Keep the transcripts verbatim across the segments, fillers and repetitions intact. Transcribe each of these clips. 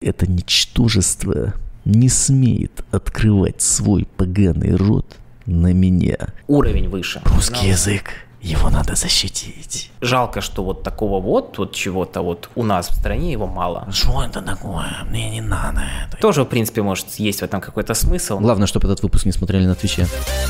это ничтожество не смеет открывать свой поганый рот на меня. Уровень выше. Русский Но... язык, его надо защитить. Жалко, что вот такого вот, вот чего-то вот у нас в стране его мало. Что это такое? Мне не надо это. Тоже, в принципе, может, есть в этом какой-то смысл. Главное, чтобы этот выпуск не смотрели на Твиче.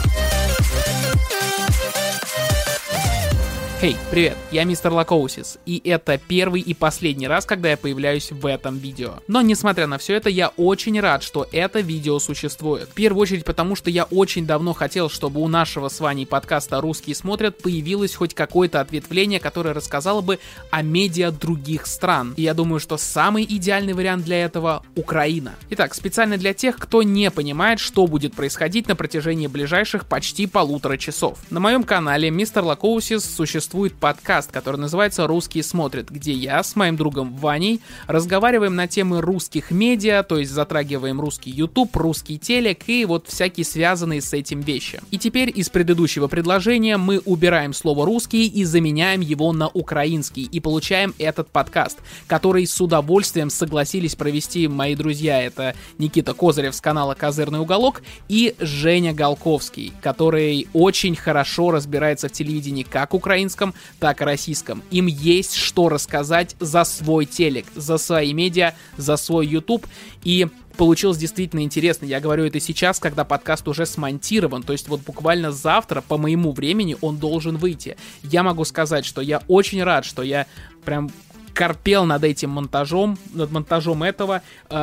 Хей, hey, привет, я мистер Лакоусис, и это первый и последний раз, когда я появляюсь в этом видео. Но несмотря на все это, я очень рад, что это видео существует. В первую очередь потому, что я очень давно хотел, чтобы у нашего с Ваней подкаста «Русские смотрят» появилось хоть какое-то ответвление, которое рассказало бы о медиа других стран. И я думаю, что самый идеальный вариант для этого — Украина. Итак, специально для тех, кто не понимает, что будет происходить на протяжении ближайших почти полутора часов. На моем канале мистер Лакоусис существует подкаст, который называется «Русские смотрят», где я с моим другом Ваней разговариваем на темы русских медиа, то есть затрагиваем русский YouTube, русский телек и вот всякие связанные с этим вещи. И теперь из предыдущего предложения мы убираем слово «русский» и заменяем его на украинский, и получаем этот подкаст, который с удовольствием согласились провести мои друзья. Это Никита Козырев с канала «Козырный уголок» и Женя Голковский, который очень хорошо разбирается в телевидении как украинском, так и российском. Им есть что рассказать за свой телек, за свои медиа, за свой YouTube, и получилось действительно интересно. Я говорю это сейчас, когда подкаст уже смонтирован, то есть вот буквально завтра по моему времени он должен выйти. Я могу сказать, что я очень рад, что я прям корпел над этим монтажом, над монтажом этого.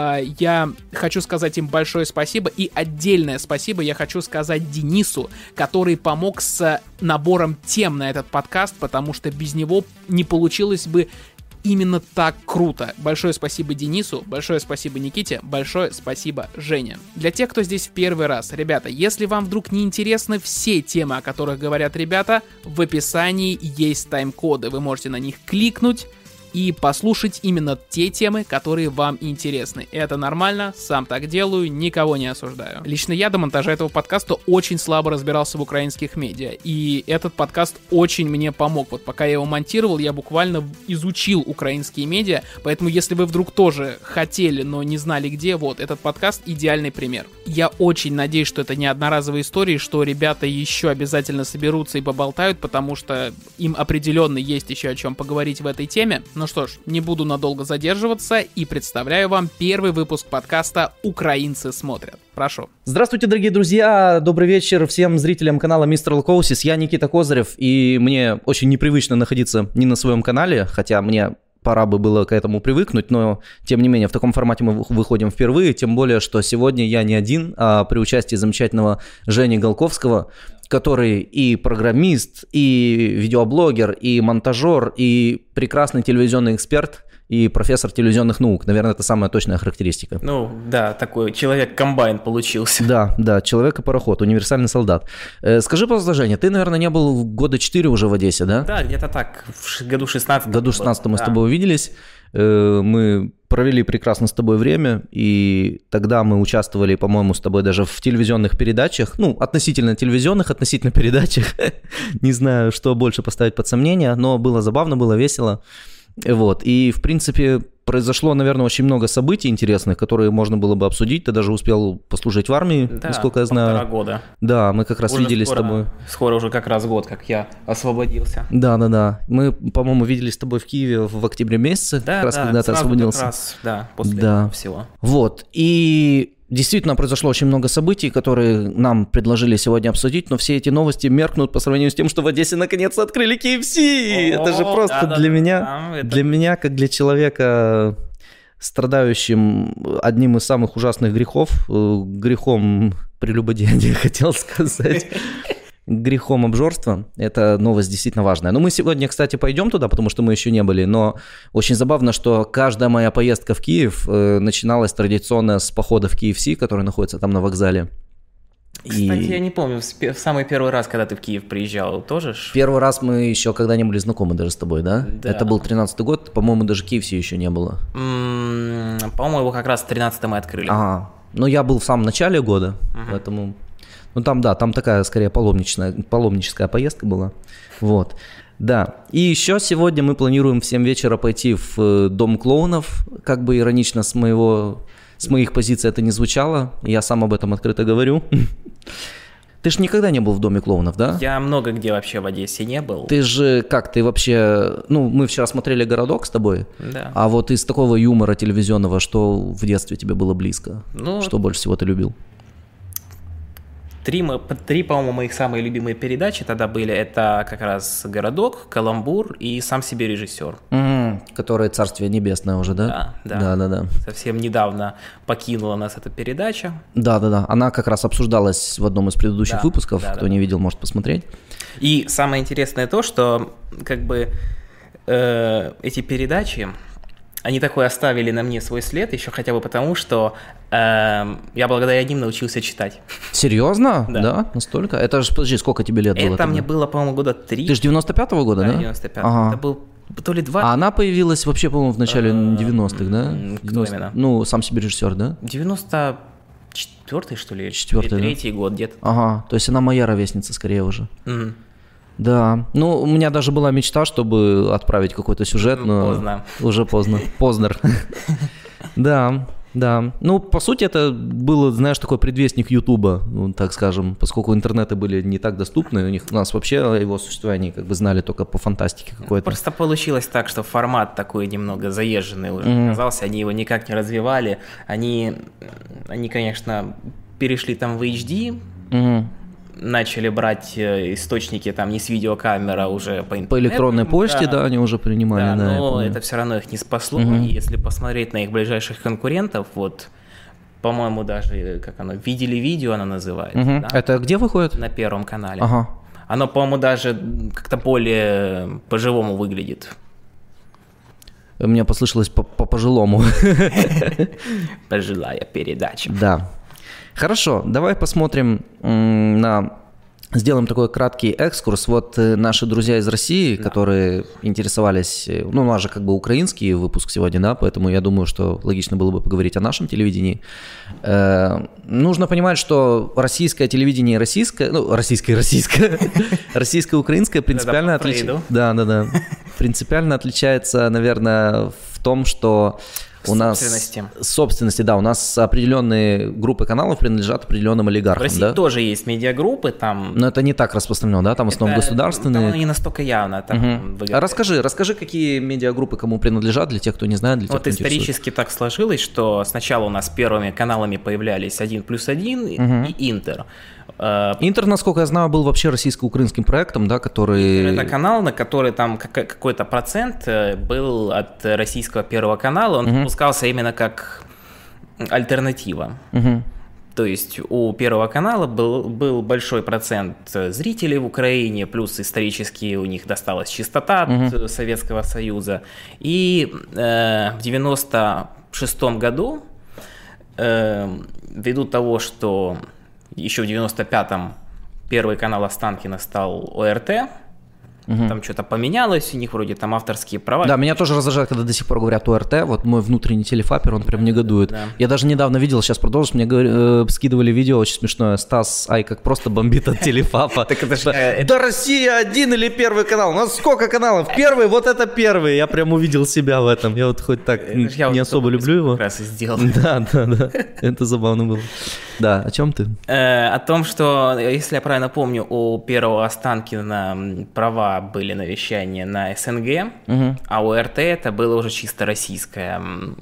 Я хочу сказать им большое спасибо, и отдельное спасибо я хочу сказать Денису, который помог с набором тем на этот подкаст, потому что без него не получилось бы именно так круто. Большое спасибо Денису, большое спасибо Никите, большое спасибо Жене. Для тех, кто здесь в первый раз, ребята, если вам вдруг не интересны все темы, о которых говорят ребята, в описании есть тайм-коды, вы можете на них кликнуть и послушать именно те темы, которые вам интересны. Это нормально, сам так делаю, никого не осуждаю. Лично я до монтажа этого подкаста очень слабо разбирался в украинских медиа, и этот подкаст очень мне помог. Вот пока я его монтировал, я буквально изучил украинские медиа, поэтому если вы вдруг тоже хотели, но не знали где, вот, этот подкаст — идеальный пример. Я очень надеюсь, что это не одноразовые истории, что ребята еще обязательно соберутся и поболтают, потому что им определенно есть еще о чем поговорить в этой теме. Ну что ж, не буду надолго задерживаться и представляю вам первый выпуск подкаста «Украинцы смотрят». Прошу. Здравствуйте, дорогие друзья, добрый вечер всем зрителям канала мистер Лакоусис. Я Никита Козырев, и мне очень непривычно находиться не на своем канале, хотя мне пора бы было к этому привыкнуть, но тем не менее в таком формате мы выходим впервые, тем более, что сегодня я не один, а при участии замечательного Жени Голковского, который и программист, и видеоблогер, и монтажер, и прекрасный телевизионный эксперт, и профессор телевизионных наук. Наверное, это самая точная характеристика. Ну, да, такой человек-комбайн получился. Да, да, человек-пароход, универсальный солдат. Э, скажи, пожалуйста, Женя, ты, наверное, не был года четыре уже в Одессе, да? Да, где-то так, в году шестнадцатом. В году шестнадцатом мы да. с тобой увиделись. Э, мы провели прекрасно с тобой время, и тогда мы участвовали, по-моему, с тобой даже в телевизионных передачах, ну, относительно телевизионных, относительно передачах. Не знаю, что больше поставить под сомнение, но было забавно, было весело. Вот, и, в принципе, произошло, наверное, очень много событий интересных, которые можно было бы обсудить. Ты даже успел послужить в армии, да, насколько я знаю. полтора года. Да, мы как раз уже виделись скоро, с тобой. Скоро уже как раз год, как я освободился. Да-да-да. Мы, по-моему, виделись с тобой в Киеве в октябре месяце, да, как раз да, когда ты освободился. Как раз, да, после да. этого всего. Вот, и... Действительно, произошло очень много событий, которые нам предложили сегодня обсудить, но все эти новости меркнут по сравнению с тем, что в Одессе наконец-то открыли кей эф си. О, это же просто да, для да, меня, да, это... для меня, как для человека, страдающим одним из самых ужасных грехов, грехом прелюбодеяния, хотел сказать, грехом обжорства. Это новость действительно важная. Но мы сегодня, кстати, пойдем туда, потому что мы еще не были. Но очень забавно, что каждая моя поездка в Киев э, начиналась традиционно с похода в кей эф си, который находится там на вокзале. Кстати, и... я не помню, в самый первый раз, когда ты в Киев приезжал, тоже ж? Первый раз мы еще когда не были знакомы даже с тобой, да? Да. Это был тринадцатый год, по-моему, даже кей эф си еще не было. М-м, по-моему, его как раз в тринадцатом мы открыли. Ага. Ну, я был в самом начале года, угу. Поэтому... Ну там, да, там такая скорее паломничная, паломническая поездка была. Вот. Да. И еще сегодня мы планируем в семь вечера пойти в Дом клоунов. Как бы иронично с моего, с моих позиций это не звучало. Я сам об этом открыто говорю. Ты же никогда не был в Доме клоунов, да? Я много где вообще в Одессе не был. Ты же как, ты вообще... Ну, мы вчера смотрели «Городок» с тобой. Да. А вот из такого юмора телевизионного, что в детстве тебе было близко? Ну, что больше всего ты любил? Три, три, по-моему, моих самые любимые передачи тогда были. Это как раз «Городок», «Каламбур» и «Сам себе режиссер». Mm, которое «Царствие небесное» уже, да? Да, да. Да, да, да. Совсем недавно покинула нас эта передача. Да, да, да. Она как раз обсуждалась в одном из предыдущих да, выпусков. да, Кто да, не да. видел, может посмотреть. И самое интересное то, что как бы э, эти передачи, они такой оставили на мне свой след, еще хотя бы потому, что э, я благодаря ним научился читать. Серьезно? Да. Да? Настолько? Это же, подожди, сколько тебе лет было? Это мне было, по-моему, года три. Ты же девяносто пятого года, да? Да, девяносто пятого. Ага. Это был то ли два... А она появилась вообще, по-моему, в начале девяностых, да? Кто именно? Ну, «Сам себе режиссер», да? девяносто четвёртый, что ли? Четвёртый, или да? третий год где-то. Ага, то есть она моя ровесница скорее уже. Мгм. Да, ну у меня даже была мечта, чтобы отправить какой-то сюжет, но Поздно. уже поздно. Познер. Да, да. Ну, по сути, это было, знаешь, такой предвестник Ютуба, ну, так скажем, поскольку интернеты были не так доступны, у них у нас вообще о его существовании как бы знали только по фантастике какой-то. Просто получилось так, что формат такой немного заезженный уже Мгм. оказался, они его никак не развивали. Они, они, конечно, перешли там в эйч ди, Мгм. начали брать э, источники там не с видеокамера, а уже по интернету. По электронной почте, да, они уже принимали, Да, да, я но помню. это все равно их не спасло. Мгм. И если посмотреть на их ближайших конкурентов, вот, по-моему, даже, как оно, «Видели видео» оно называется, Мгм. да? Это где выходит? На Первом канале. Ага. Оно, по-моему, даже как-то более по-живому выглядит. Мне послышалось по- по-пожилому. Пожилая передача. Да. Хорошо, давай посмотрим м, на... Сделаем такой краткий экскурс. Вот э, наши друзья из России, Да. которые интересовались... э, Ну, у нас же как бы украинский выпуск сегодня, да, поэтому я думаю, что логично было бы поговорить о нашем телевидении. Э, нужно понимать, что российское телевидение и российское... Ну, российское и российское. Российско-украинское принципиально по Фрейду. отличается... Да, да, да. Принципиально отличается, наверное, в том, что... У нас Собственности. собственности, да, у нас определенные группы каналов принадлежат определенным В олигархам, России да? тоже есть медиагруппы, там... Но это не так распространено, да, там в основном это- государственные. Там оно не настолько явно. Там Мгм. выгодно. А расскажи, расскажи, какие медиагруппы кому принадлежат, для тех, кто не знает, для тех, Вот кто интересует. исторически так сложилось, что сначала у нас первыми каналами появлялись один плюс один Мгм. и Интер. Э, Интер, насколько я знаю, был вообще российско-украинским проектом, да, который... Это канал, на который там как- какой-то процент э, был от российского Первого канала, он Мгм. выпускался именно как альтернатива. Мгм. То есть у Первого канала был, был большой процент э, зрителей в Украине, плюс исторически у них досталась чистота от Мгм. э, Советского Союза. И э, в девяносто шестом году, э, ввиду того, что еще в девяносто пятом Первый канал Останкино стал о эр тэ, Мгм. там что-то поменялось, у них вроде там авторские права. Да, меня тоже раздражает, когда до сих пор говорят о эр тэ, вот мой внутренний телефапер, он прям негодует. Да. Я даже недавно видел, сейчас продолжишь, мне говори- э, скидывали видео очень смешное, Стас Ай как просто бомбит от телефапа. Так это ж, э, Да Россия один или Первый канал? У нас сколько каналов? Первый, вот это первый. Я прям увидел себя в этом. Я вот хоть так это ж я не вот особо только люблю его. Как раз и сделал. Да, да, да. Это забавно было. Да, о чем ты? Э, О том, что, если я правильно помню, у Первого Останкина м, права были на вещание на эс эн гэ, Мгм. а у эр тэ это было уже чисто российское, м,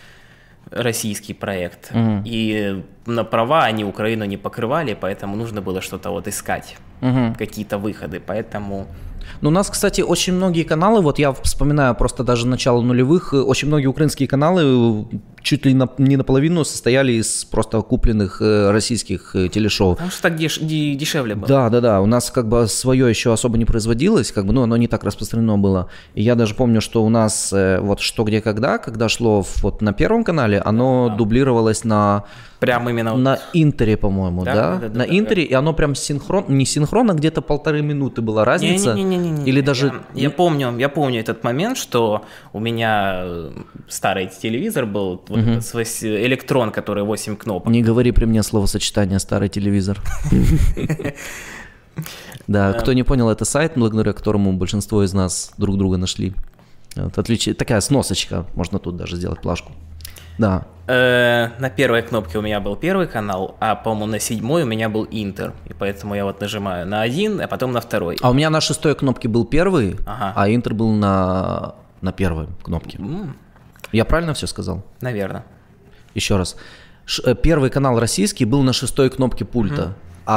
российский проект. Мгм. И на права они Украину не покрывали, поэтому нужно было что-то вот искать, Мгм. какие-то выходы. Поэтому Ну, у нас, кстати, очень многие каналы, вот я вспоминаю просто даже начало нулевых, э, очень многие украинские каналы э, чуть ли на- не наполовину состояли из просто купленных э, российских э, телешоу. потому что так деш- де- дешевле было. Да, да, да. У нас как бы свое еще особо не производилось, как бы, ну, оно не так распространено было. И я даже помню, что у нас э, вот «Что, где, когда», когда шло в- вот на Первом канале, оно дублировалось на, Прям именно вот- на Интере, по-моему, да? Да, да, да, да, на да, Интере, и оно прям синхрон, не синхронно, где-то полторы минуты была разница. Не-не-не-не-не. Или даже... Я, я помню, я помню этот момент, что у меня э, старый телевизор был, вот вот Мгм. этот свой с- электрон, который восемь кнопок. Не говори при мне словосочетание «старый телевизор». Да, кто не понял, это сайт, благодаря которому большинство из нас друг друга нашли. Вот, отличие, такая сносочка, можно тут даже сделать плашку. Да. Э, На первой кнопке у меня был первый канал, а, по-моему, на седьмой у меня был Интер. И поэтому я вот нажимаю на один, а потом на второй. А у меня на шестой кнопке был первый, Ага. а Интер был на, на первой кнопке. М, Я правильно все сказал? Наверное. Еще раз. Ш- э, первый канал российский был на шестой кнопке пульта,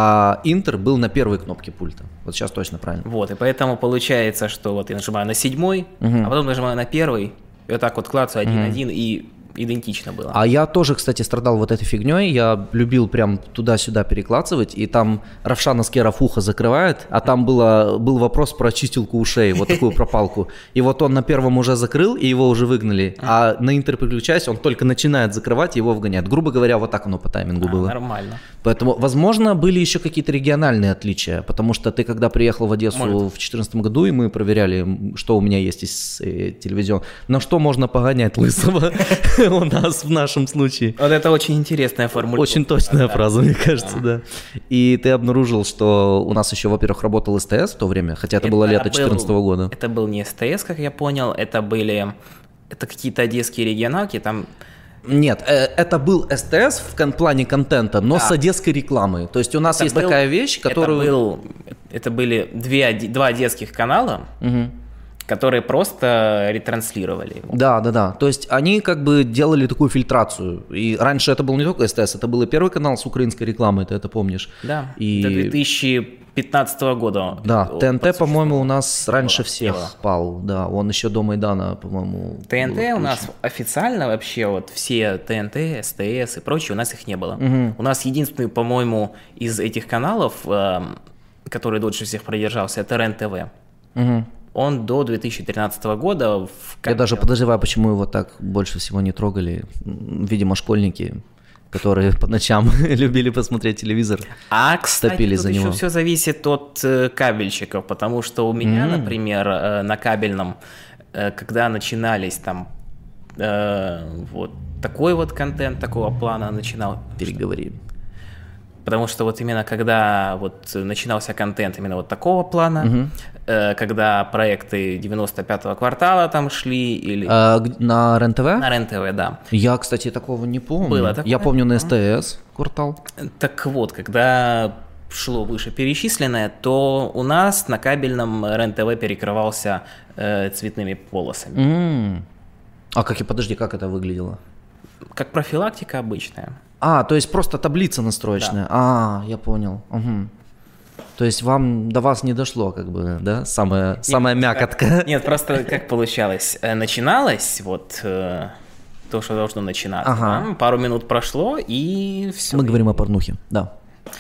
а Интер был на первой кнопке пульта. Вот сейчас точно правильно. Вот, и поэтому получается, что вот я нажимаю на седьмой, Мгм. а потом нажимаю на первый, и вот так вот клацаю один-один, и идентично было. А я тоже, кстати, страдал вот этой фигней. Я любил прям туда-сюда переклацывать, и там Равшан Аскеров ухо закрывает, а там было, был вопрос про чистилку ушей, вот такую пропалку. И вот он на первом уже закрыл, и его уже выгнали, а на Интер переключаясь, он только начинает закрывать, его вгоняет. Грубо говоря, вот так оно по таймингу А, было. Нормально. Поэтому, возможно, были еще какие-то региональные отличия, потому что ты, когда приехал в Одессу Может. в две тысячи четырнадцатом году, и мы проверяли, м, что у меня есть из э, телевизион, на что можно погонять лысого у нас в нашем случае. Вот это очень интересная формулировка. Очень точная Да. фраза, мне кажется, да. И ты обнаружил, что у нас еще, во-первых, работал СТС в то время, хотя это, было лето был- две тысячи четырнадцатого года. Это был не СТС, как я понял, это были это какие-то одесские регионалки, там Нет, э, это был СТС в кон- плане контента, но Да. с одесской рекламой. То есть у нас это есть был- такая вещь, которую... это, был, это были две, оде- два одесских канала, Мгм. которые просто ретранслировали его. Да, да, да. То есть они как бы делали такую фильтрацию. И раньше это был не только СТС, это был и первый канал с украинской рекламой, ты это помнишь. Да, И... до две тысячи пятнадцатого года. Да, он ТНТ, подсуществовал. по-моему, у нас раньше было, всех было. пал. Да, он еще до Майдана, по-моему. ТНТ был у нас отключен. официально вообще, вот все ТНТ, СТС и прочее, у нас их не было. Мгм. У нас единственный, по-моему, из этих каналов, эм, который дольше всех продержался, это РЕН-ТВ. Мгм. Он до две тысячи тринадцатого года... В Я даже подозреваю, почему его так больше всего не трогали. М, Видимо, школьники, которые по ночам любили посмотреть телевизор. А, кстати, топили тут за еще него. все зависит от э, кабельщиков, потому что у меня, М. например, э, на кабельном, э, когда начинались там э, вот такой вот контент, такого плана начинал, Переговори. потому что вот именно когда вот начинался контент именно вот такого плана, Мгм. э, когда проекты девяносто пятого квартала там шли, или А, г- на РЕН-ТВ? на РЕН-ТВ, да. Я, кстати, такого не помню. Было такое? Я помню на СТС квартал. Так вот, когда шло вышеперечисленное, то у нас на кабельном РЕН-ТВ перекрывался э, цветными полосами. М. А как и подожди, как это выглядело? Как профилактика обычная. А, то есть просто таблица настроечная. А, я понял. Мгм. То есть вам до вас не дошло, как бы, да? Самая, самая мякотка. Нет, просто как получалось. Э, Начиналось вот э, то, что должно начинаться. Ага. да, Пару минут прошло, и все. Мы говорим о порнухе, да.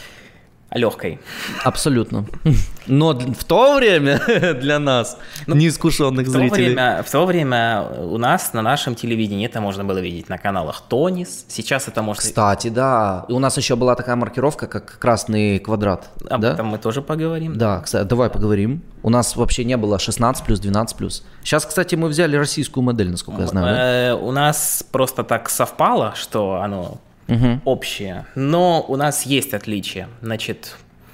О легкой. Абсолютно. Но д- в то время для нас, неискушенных В то, зрителей. время, в то время у нас на нашем телевидении это можно было видеть на каналах Тонис. Сейчас это можно... Кстати, да. И у нас еще была такая маркировка, как красный квадрат. Об да? этом мы тоже поговорим. Да, кстати, давай поговорим. У нас вообще не было шестнадцать плюс, двенадцать плюс. Сейчас, кстати, мы взяли российскую модель, насколько я знаю. Да? Э, У нас просто так совпало, что оно Мгм. общее, но у нас есть отличия. Значит,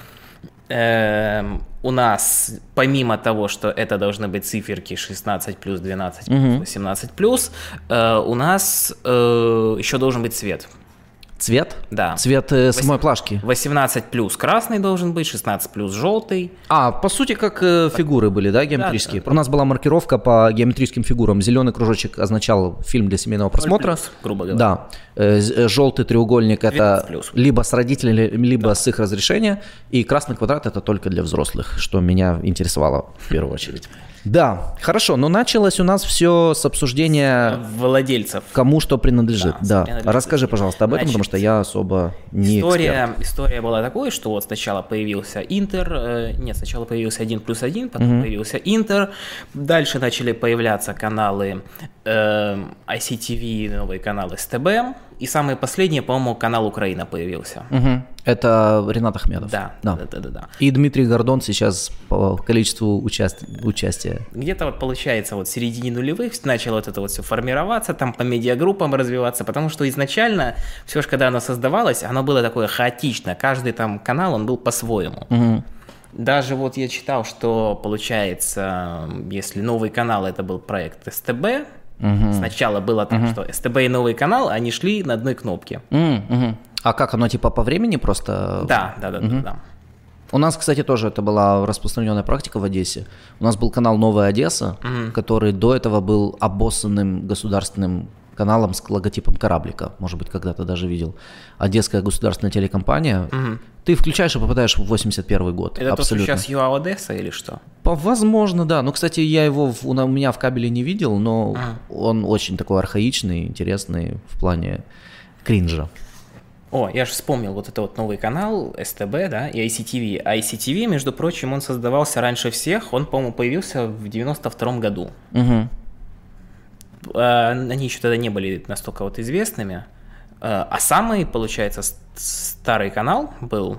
эм, у нас помимо того, что это должны быть циферки шестнадцать плюс, двенадцать плюс, Мгм. восемнадцать плюс, э, у нас э, еще должен быть цвет. Цвет? Да. Цвет э, самой плашки. восемнадцать плюс красный должен быть, шестнадцать плюс желтый. А, по сути, как э, фигуры были, да, геометрические? да, У нас была маркировка по геометрическим фигурам. Зеленый кружочек означал фильм для семейного просмотра. плюс, грубо говоря. Да. Э, з- э, Желтый треугольник это двенадцать плюс. либо с родителями, либо с их разрешения. И красный квадрат это только для взрослых, что меня интересовало в первую очередь. Да, хорошо, но началось у нас все с обсуждения, Владельцев. кому что принадлежит. Да, Да, принадлежит. расскажи, пожалуйста, об этом, Значит, потому что я особо не эксперт. История, история была такой, что вот сначала появился Интер, э, нет, сначала появился один плюс один, потом Мгм. появился Интер, дальше начали появляться каналы ай си ти ви, новый канал эс тэ бэ, и самый последний, по-моему, канал Украина появился. Угу. Это Ренат Ахметов. Да, да, да, да, да, да. И Дмитрий Гордон сейчас по количеству участ... участия. Где-то вот получается вот в середине нулевых начало вот это вот все формироваться, там по медиагруппам развиваться, потому что изначально все же, когда оно создавалось, оно было такое хаотично, каждый там канал, он был по-своему. Угу. Даже вот я читал, что получается, если новый канал это был проект эс тэ бэ, угу. Сначала было так, угу. что эс тэ бэ и новый канал, они шли на одной кнопке. Угу. А как оно, типа по времени просто? Да, да, да, угу. да, да. У нас, кстати, тоже это была распространенная практика в Одессе. У нас был канал «Новая Одесса», угу. который до этого был обоссанным государственным каналом с логотипом кораблика. Может быть, когда-то даже видел. Одесская государственная телекомпания. Угу. Ты включаешь и попадаешь в восемьдесят первый год. Это абсолютно. То, что сейчас ЮА Одесса или что? Возможно, да. Ну, кстати, я его в, у меня в кабеле не видел, но ага. он очень такой архаичный, интересный в плане кринжа. О, я же вспомнил вот это вот новый канал эс тэ бэ, да, и ай си ти ви. ай си ти ви, между прочим, он создавался раньше всех. Он, по-моему, появился в девяносто втором году. Угу. Они еще тогда не были настолько вот известными. А самый, получается, старый канал был,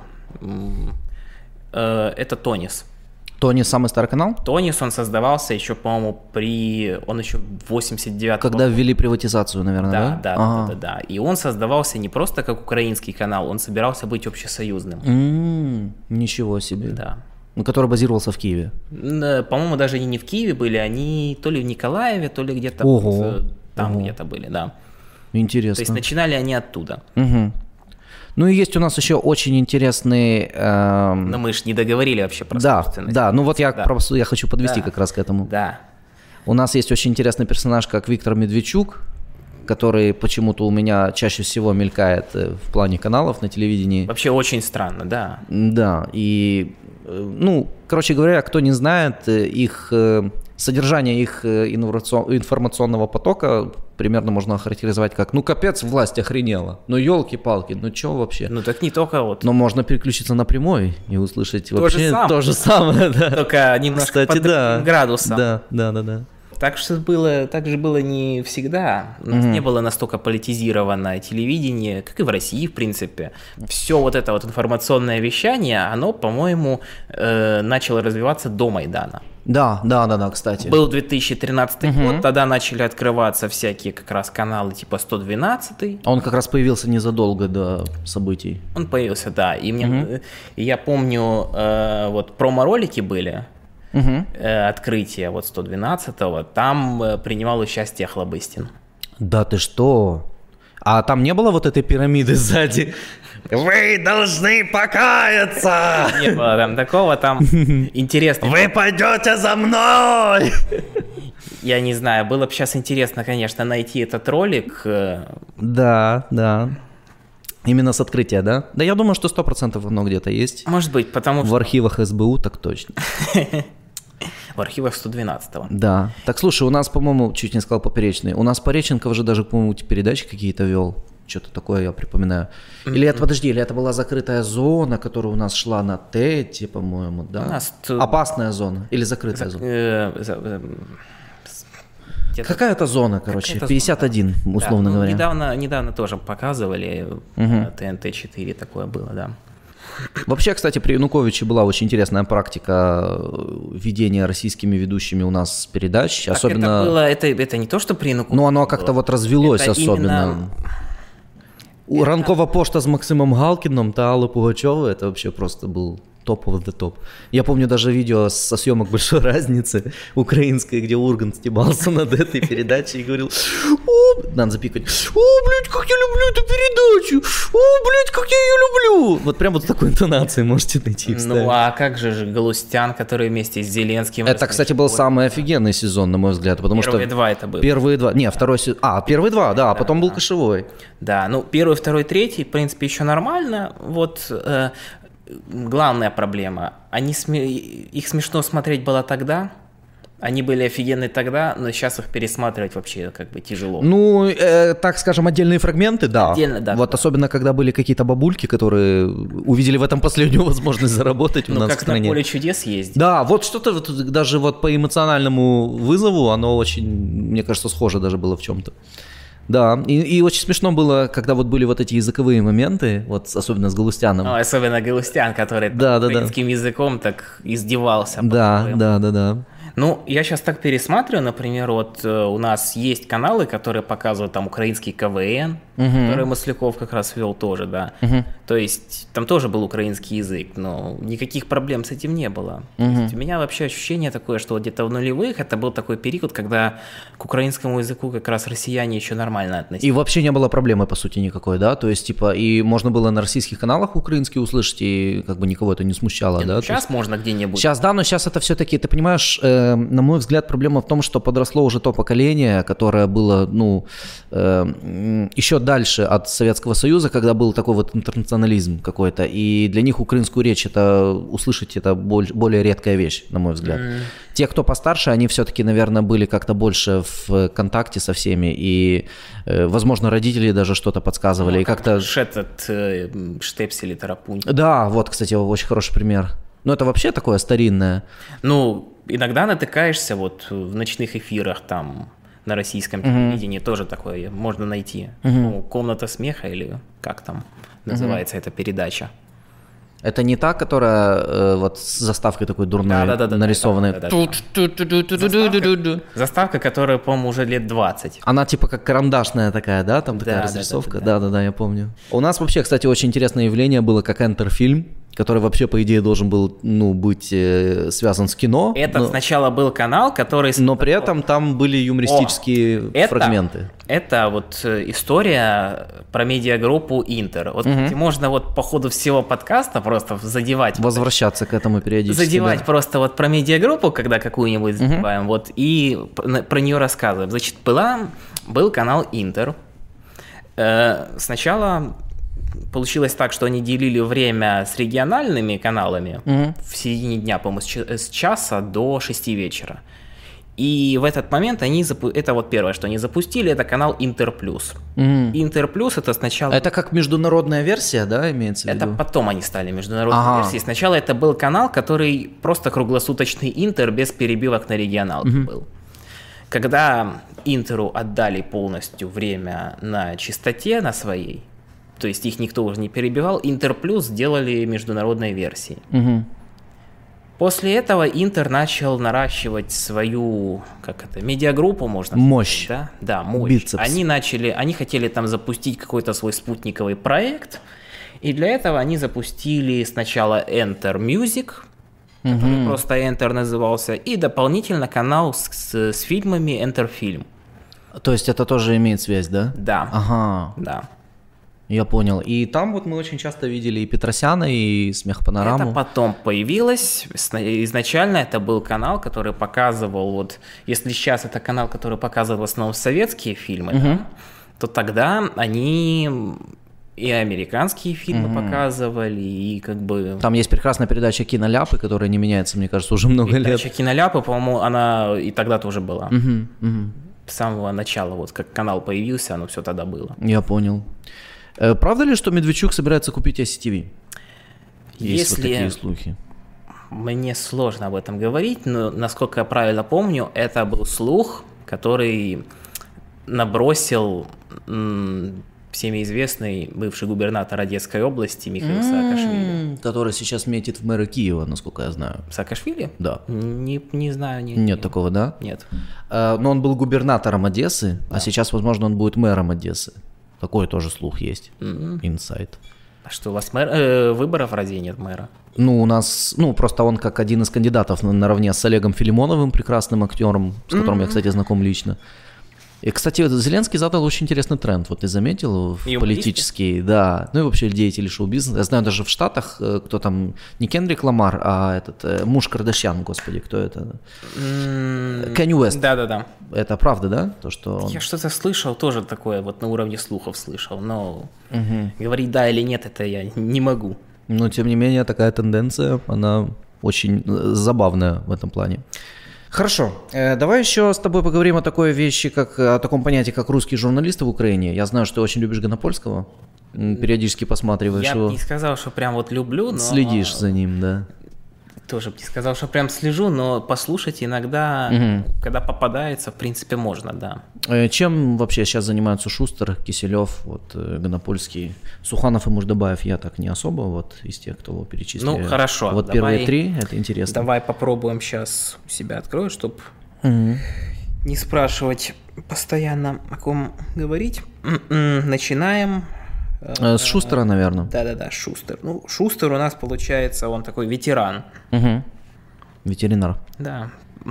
это Тонис. Тонис самый старый канал? Тонис, он создавался еще, по-моему, при... Он еще в восемьдесят девятом Когда ввели приватизацию, наверное, да? Да, да, ага. да, да, да. И он создавался не просто как украинский канал, он собирался быть общесоюзным. М-м, ничего себе. Да. Который базировался в Киеве. По-моему, даже они не в Киеве были, они то ли в Николаеве, то ли где-то Ого. вот, там Ого. где-то были, да. Интересно. То есть начинали они оттуда. Угу. Ну и есть у нас еще очень интересный... Эм... Но мы же не договорили вообще про да, собственность. Да, ну вот я, да. просто, я хочу подвести да. как раз к этому. Да. У нас есть очень интересный персонаж, как Виктор Медведчук, который почему-то у меня чаще всего мелькает в плане каналов на телевидении. Вообще очень странно, да. Да, и, ну, короче говоря, кто не знает, их содержание их информационного потока примерно можно охарактеризовать как, ну, капец, власть охренела, ну, елки-палки, ну, что вообще? Ну, так не только вот. Но можно переключиться на прямой и услышать то вообще же то же самое, да. Только немножко Кстати, под да. градусом. Да, да, да, да. Так что было, так же было не всегда. У нас mm-hmm. не было настолько политизированное телевидение, как и в России, в принципе. Все вот это вот информационное вещание, оно, по-моему, э, начало развиваться до Майдана. Да, да, да, да, кстати. Был две тысячи тринадцатый mm-hmm. год, тогда начали открываться всякие как раз каналы типа сто двенадцать. Он как раз появился незадолго до событий. Он появился, да. И, мне, mm-hmm. и я помню, э, вот промо-ролики были. Угу. Э, открытие вот сто двенадцатого, там э, принимал участие Охлобыстин. Да ты что? А там не было вот этой пирамиды сзади? Вы должны покаяться! Не было там такого, там интересно. Вы пойдете за мной! Я не знаю, было бы сейчас интересно, конечно, найти этот ролик. Да, да. Именно с открытия, да? Да я думаю, что сто процентов оно где-то есть. Может быть, потому что... В архивах эс бэ у так точно. В архивах сто двенадцатого. Да. Так, слушай, у нас, по-моему, чуть не сказал поперечный, у нас Пореченков же даже, по-моему, передачи какие-то вел. Что-то такое я припоминаю. Или mm-hmm. это, подожди, или это была закрытая зона, которая у нас шла на ТЭТе, по-моему, да? У нас т... Опасная зона или закрытая За... зона? Э, Какая-то зона, короче, Какая-то пятьдесят один, зона, условно да, ну, говоря. Недавно, недавно тоже показывали, угу. тэ эн тэ четыре такое было, да. Вообще, кстати, при Януковиче была очень интересная практика ведения российскими ведущими у нас передач. Так особенно... это было, это, это не то, что при Януковиче. Ну, оно как-то вот развелось это особенно. Именно... Ранкова пошта с Максимом Галкиным, та Аллы Пугачевой, это вообще просто был топ of the топ. Я помню даже видео со съемок «Большой разницы» украинской, где Ургант стебался над этой передачей и говорил: о, надо запикать, о, блядь, как я люблю эту передачу, о, блядь, как я ее люблю. Вот прям вот с такой интонацией можете найти и вставить. Ну, а как же Галустян, который вместе с Зеленским... Это, кстати, был самый офигенный сезон, на мой взгляд, потому первые что... Первые два это было. Первые два, не, второй сезон... А, первые два, да, а потом был кошевой. Да, ну, первый, второй, третий, в принципе, еще нормально, вот... Э, главная проблема, они сме... их смешно смотреть было тогда, Они были офигенные тогда, но сейчас их пересматривать вообще как бы тяжело. Ну, э, так скажем, отдельные фрагменты, да. Отдельно, да. Вот особенно, когда были какие-то бабульки, которые увидели в этом последнюю возможность заработать у ну, нас как в стране. на поле чудес ездить. Да, вот что-то вот, даже вот по эмоциональному вызову оно очень, мне кажется, схоже даже было в чем-то. Да, и, и очень смешно было, когда вот были вот эти языковые моменты, вот особенно с Галустяном. Ну, особенно Галустян, который да, да, украинским да. языком так издевался. Да, да, да, да. Ну, я сейчас так пересматриваю, например, вот э, у нас есть каналы, которые показывают там украинский КВН, угу. который Масляков как раз вел тоже, да. Угу. То есть там тоже был украинский язык, но никаких проблем с этим не было. Угу. То есть у меня вообще ощущение такое, что вот где-то в нулевых это был такой период, когда к украинскому языку как раз россияне еще нормально относились. И вообще не было проблемы, по сути, никакой, да? То есть, типа, и можно было на российских каналах украинский услышать, и как бы никого это не смущало, Нет, да? Ну, сейчас есть... можно где-нибудь. Сейчас, да, но сейчас это все-таки, ты понимаешь, э, на мой взгляд, проблема в том, что подросло уже то поколение, которое было, ну, э, еще дальше от Советского Союза, когда был такой вот интернационализм какой-то, и для них украинскую речь это услышать это боль, более редкая вещь, на мой взгляд. Mm. Те, кто постарше, они все-таки, наверное, были как-то больше в контакте со всеми, и, э, возможно, родители даже что-то подсказывали, ну, и как как-то... Этот э, Штепсель и Тарапунь. Да, вот, кстати, очень хороший пример. Но это вообще такое старинное. Ну, иногда натыкаешься вот в ночных эфирах там на российском телевидении, uh-huh. тоже такое можно найти. Uh-huh. Ну, «Комната смеха» или как там называется uh-huh. эта передача. Это не та, которая э, вот с заставкой такой дурной, да, да, да, нарисованной. Да, да, да, да. Заставка, заставка, которая, по-моему, уже лет двадцать. Она типа как карандашная такая, да? Там такая да, разрисовка. Да-да-да, я помню. У нас вообще, кстати, очень интересное явление было, как Enter-фильм, который вообще, по идее, должен был, ну, быть э, связан с кино. Это но... сначала был канал, который... Но при этом там были юмористические О, это, фрагменты. Это вот история про медиагруппу Интер. Вот угу. можно вот по ходу всего подкаста просто задевать... Возвращаться вот, к этому периодически. Задевать да. просто вот про медиагруппу, когда какую-нибудь угу. задеваем, вот, и про нее рассказываем. Значит, была, был канал Интер. Э, сначала... Получилось так, что они делили время с региональными каналами угу. в середине дня, по-моему, с часа до шести вечера. И в этот момент они, запу... это вот первое, что они запустили, это канал Интер Плюс. Угу. Интер Плюс это сначала... Это как международная версия, да, имеется в виду? Это потом они стали международной ага. версией. Сначала это был канал, который просто круглосуточный Интер без перебивок на регионалке угу. был. Когда Интеру отдали полностью время на чистоте, на своей, то есть их никто уже не перебивал, Интер Плюс сделали международной версией. Угу. После этого Интер начал наращивать свою, как это, медиагруппу, можно сказать. Мощь. Да, да, мощь. Бицепс. Они начали, они хотели там запустить какой-то свой спутниковый проект, и для этого они запустили сначала Enter Music, который угу. просто Enter назывался, и дополнительно канал с, с, с фильмами Enter Film. То есть это тоже имеет связь, да? Да. Ага. Да. Я понял. И там вот мы очень часто видели и Петросяна, и «Смех Панораму». Это потом появилось. Изначально это был канал, который показывал, вот, если сейчас это канал, который показывал в основном советские фильмы, угу. да, то тогда они и американские фильмы угу. показывали, и как бы... Там есть прекрасная передача «Киноляпы», которая не меняется, мне кажется, уже много передача лет. Передача «Киноляпы», по-моему, она и тогда тоже была. Угу, угу. С самого начала, вот как канал появился, оно все тогда было. Я понял. Правда ли, что Медведчук собирается купить ай си ти ви? Есть Если... вот такие слухи. Мне сложно об этом говорить, но, насколько я правильно помню, это был слух, который набросил м- всеми известный бывший губернатор Одесской области Михаил Саакашвили. Который сейчас метит в мэра Киева, насколько я знаю. Саакашвили? Да. Не, не знаю. Не, Нет не. такого, да? Нет. А, но он был губернатором Одессы, да. а сейчас, возможно, он будет мэром Одессы. Такой тоже слух есть. Mm-hmm. Инсайт. А что, у вас мэр... э, выборов разве нет мэра? Ну, у нас, ну, просто он как один из кандидатов наравне с Олегом Филимоновым, прекрасным актером, с которым mm-hmm. я, кстати, знаком лично. И, кстати, Зеленский задал очень интересный тренд, вот ты заметил, в политический, да, ну и вообще деятели шоу-бизнеса. Я знаю даже в Штатах, кто там, не Кендрик Ламар, а этот муж Кардашьян, господи, кто это? Mm-hmm. Кэнни Уэст. Да-да-да. Это правда, да? То, что он... Я что-то слышал, тоже такое, вот на уровне слухов слышал, но угу. говорить да или нет, это я не могу. Но, тем не менее, такая тенденция, она очень забавная в этом плане. Хорошо. Давай еще с тобой поговорим о такой вещи, как о таком понятии, как русские журналисты в Украине. Я знаю, что ты очень любишь Гонопольского. Периодически посматриваешь я его. Я бы не сказал, что прям вот люблю, но... Следишь за ним, да. Тоже бы не сказал, что прям слежу, но послушать иногда, угу. когда попадается, в принципе, можно, да. Чем вообще сейчас занимаются Шустер, Киселев, вот, Гонопольский, Суханов и Муждабаев? Я так не особо, вот, из тех, кто его перечислил. Ну, хорошо. Вот давай, первые три, это интересно. Давай попробуем сейчас у себя открою, чтобы угу. не спрашивать постоянно, о ком говорить. Начинаем... С Шустера, наверное. Да-да-да, Шустер. Ну, Шустер у нас, получается, он такой ветеран. Угу. Ветеринар. Да.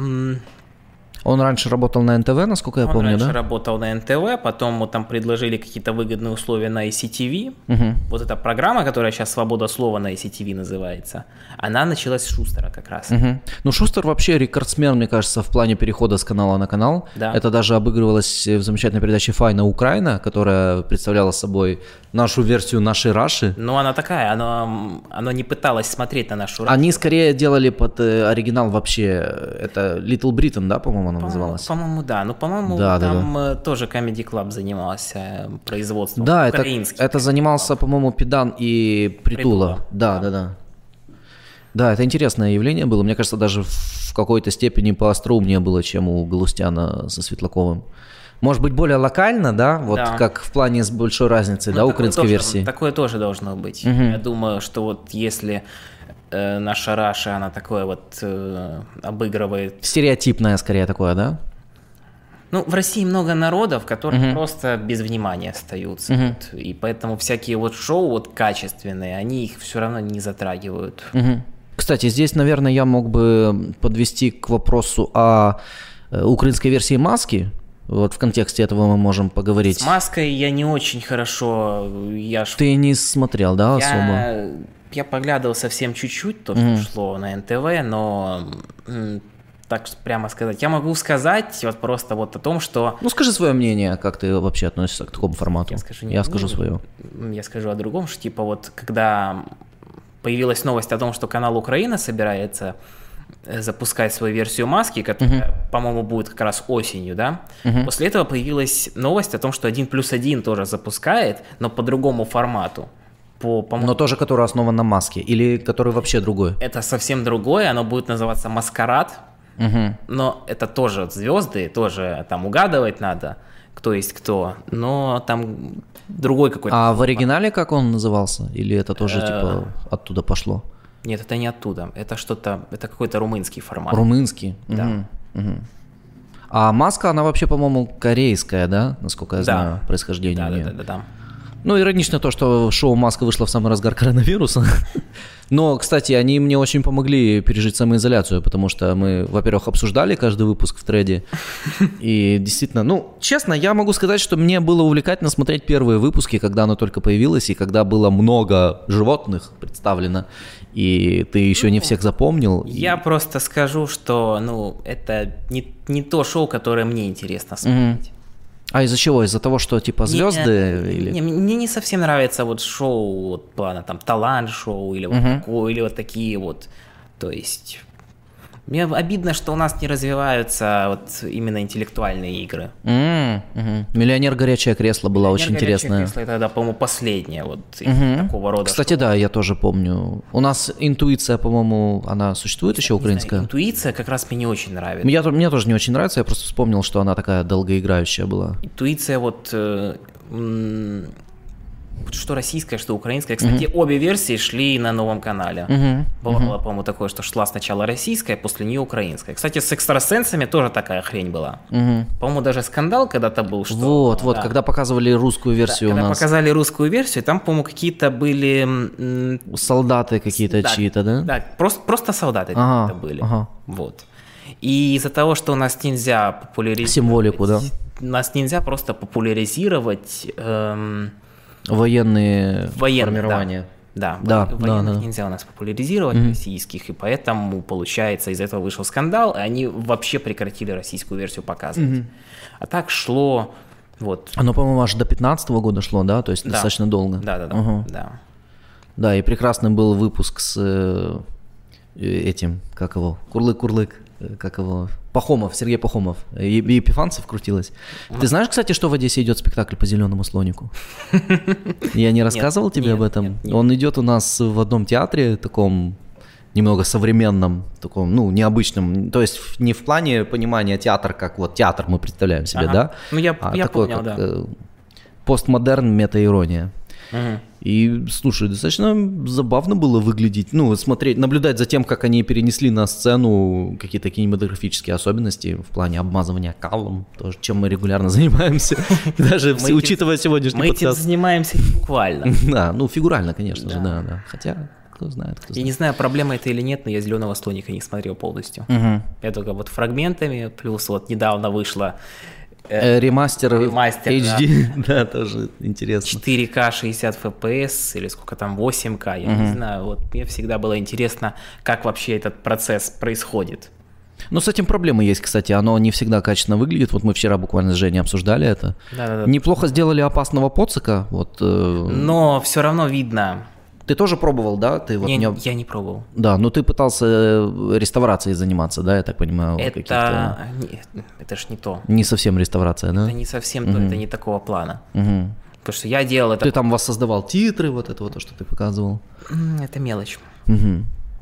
Он раньше работал на эн тэ вэ, насколько я он помню, да? Он раньше работал на эн тэ вэ, потом ему там предложили какие-то выгодные условия на ай си ти ви. Угу. Вот эта программа, которая сейчас «Свобода слова» на ай си ти ви называется, она началась с Шустера как раз. Угу. Ну, Шустер вообще рекордсмен, мне кажется, в плане перехода с канала на канал. Да. Это даже обыгрывалось в замечательной передаче «Файна Украина», которая представляла собой нашу версию нашей Раши. Ну, она такая, она, она не пыталась смотреть на нашу Рашу. Они скорее делали под э, оригинал вообще, это Little Britain, да, по-моему, она по-моему, называлась? По-моему, да. Ну, по-моему, да, там да, да. тоже Comedy Club занимался производством. Да, это, это занимался, по-моему, Педан и Притула. Притула. Да, да, да, да. Да, это интересное явление было. Мне кажется, даже в какой-то степени поостроумнее было, чем у Галустяна со Светлаковым. Может быть, более локально, да, вот да. как в плане с большой разницей, ну, да, украинской тоже, версии. Такое тоже должно быть. Угу. Я думаю, что вот если э, наша Раша, она такое вот э, обыгрывает... Стереотипное скорее такое, да? Ну, в России много народов, которые угу. просто без внимания остаются. Угу. Вот, и поэтому всякие вот шоу вот качественные, они их все равно не затрагивают. Угу. Кстати, здесь, наверное, я мог бы подвести к вопросу о украинской версии «Маски». Вот в контексте этого мы можем поговорить. С «Маской» я не очень хорошо... Я ж... Ты не смотрел, да, я... особо? Я поглядывал совсем чуть-чуть то, что mm. шло на эн тэ вэ, но... Так прямо сказать. Я могу сказать вот просто вот о том, что... Ну, скажи свое мнение, как ты вообще относишься к такому формату. Я скажу, я скажу свое. Я скажу о другом, что типа вот когда появилась новость о том, что канал Украина собирается запускать свою версию «Маски», которая, uh-huh. по-моему, будет как раз осенью, да? Uh-huh. После этого появилась новость о том, что один плюс один тоже запускает, но по другому формату. По, но тоже, который основан на «Маске», или который вообще другой? Это совсем другое, оно будет называться «Маскарад», uh-huh. но это тоже звезды, тоже там угадывать надо, кто есть кто, но там другой какой-то. А в оригинале как он назывался? Или это тоже типа оттуда пошло? Нет, это не оттуда. Это что-то, это какой-то румынский формат. Румынский? Да. Угу, угу. А «Маска», она вообще, по-моему, корейская, да? Насколько я да. знаю, происхождение. Да, да, да, да, да. Ну, иронично то, что шоу «Маска» вышло в самый разгар коронавируса. Но, кстати, они мне очень помогли пережить самоизоляцию, потому что мы, во-первых, обсуждали каждый выпуск в треде. И действительно, ну, честно, я могу сказать, что мне было увлекательно смотреть первые выпуски, когда оно только появилось, и когда было много животных представлено, и ты еще не всех запомнил. Я и... просто скажу, что, ну, это не, не то шоу, которое мне интересно смотреть. А из-за чего? Из-за того, что типа звезды? Не, или... не, мне не совсем нравится вот шоу, вот плана там талант-шоу или вот, uh-huh. такое, или вот такие вот. То есть мне обидно, что у нас не развиваются вот именно интеллектуальные игры. Mm-hmm. «Миллионер. Горячее кресло» была «Миллионер. очень интересная. Кресло» это, да, по-моему, последнее вот uh-huh. такого рода. Кстати, шоу. Да, я тоже помню. У нас «Интуиция», по-моему, она существует еще украинская? Знаю, «Интуиция» как раз мне не очень нравится. Я, мне тоже не очень нравится, я просто вспомнил, что она такая долгоиграющая была. «Интуиция» вот... Э, м- что российская, что украинская. Кстати, uh-huh. обе версии шли на новом канале. Uh-huh. Было, uh-huh. по-моему, такое, что шла сначала российская, после нее украинская. Кстати, с «Экстрасенсами» тоже такая хрень была. Uh-huh. По-моему, даже скандал когда-то был. Что, вот, да. вот, когда показывали русскую версию да, у когда нас. показали русскую версию, там, по-моему, какие-то были... М- солдаты какие-то да, чьи-то, да? Да, просто, просто солдаты ага, какие-то были. Ага. Вот. И из-за того, что у нас нельзя популяризировать... Символику, да? Нас нельзя просто популяризировать... Эм, Военные Военные, формирования. Да, да, во- да военных да, нельзя у нас популяризировать, mm-hmm. российских, и поэтому, получается, из этого вышел скандал, и они вообще прекратили российскую версию показывать. Mm-hmm. А так шло, вот... Оно, по-моему, аж до пятнадцатого года шло, да? То есть да. достаточно долго. Да-да-да. Угу. Да. Да, и прекрасный был выпуск с э, этим, как его, Курлык-Курлык, как его, Пахомов, Сергей Пахомов. И, и Епифанцев крутилось. Ты знаешь, кстати, что в Одессе идет спектакль по «Зеленому слонику»? Я не рассказывал тебе об этом? Он идет у нас в одном театре, таком немного современном, таком, ну, необычном. То есть не в плане понимания театр, как вот театр мы представляем себе, да? Ну, я понял, да. Постмодерн, метаирония. Угу. И, слушай, достаточно забавно было выглядеть, ну, смотреть, наблюдать за тем, как они перенесли на сцену какие-то кинематографические особенности в плане обмазывания калом, то, чем мы регулярно занимаемся, даже учитывая сегодняшний подкаст. Мы этим занимаемся буквально. Да, ну, фигурально, конечно же, да, да. Хотя, кто знает, кто знает. Я не знаю, проблема это или нет, но я «Зеленого слоника» не смотрел полностью. Я только вот фрагментами, плюс вот недавно вышла Ремастер, Ремастер эйч ди, да. да, тоже интересно. четыре ка шестьдесят эф пи эс или сколько там, восемь ка, я угу. не знаю. Вот мне всегда было интересно, как вообще этот процесс происходит. Ну, с этим проблемы есть, кстати, оно не всегда качественно выглядит. Вот мы вчера буквально с Женей обсуждали это. Да-да-да. Неплохо сделали опасного поцика. Вот, э... Но все равно видно. Ты тоже пробовал, да? Ты вот не, не... Я не пробовал. Да, но ты пытался реставрацией заниматься, да, я так понимаю? Это, не, это ж не то. Не совсем реставрация, да? Это не совсем угу. то, это не такого плана. Угу. Потому что я делал это... Ты там воссоздавал титры, вот это вот, то, что ты показывал? Это мелочь. Угу.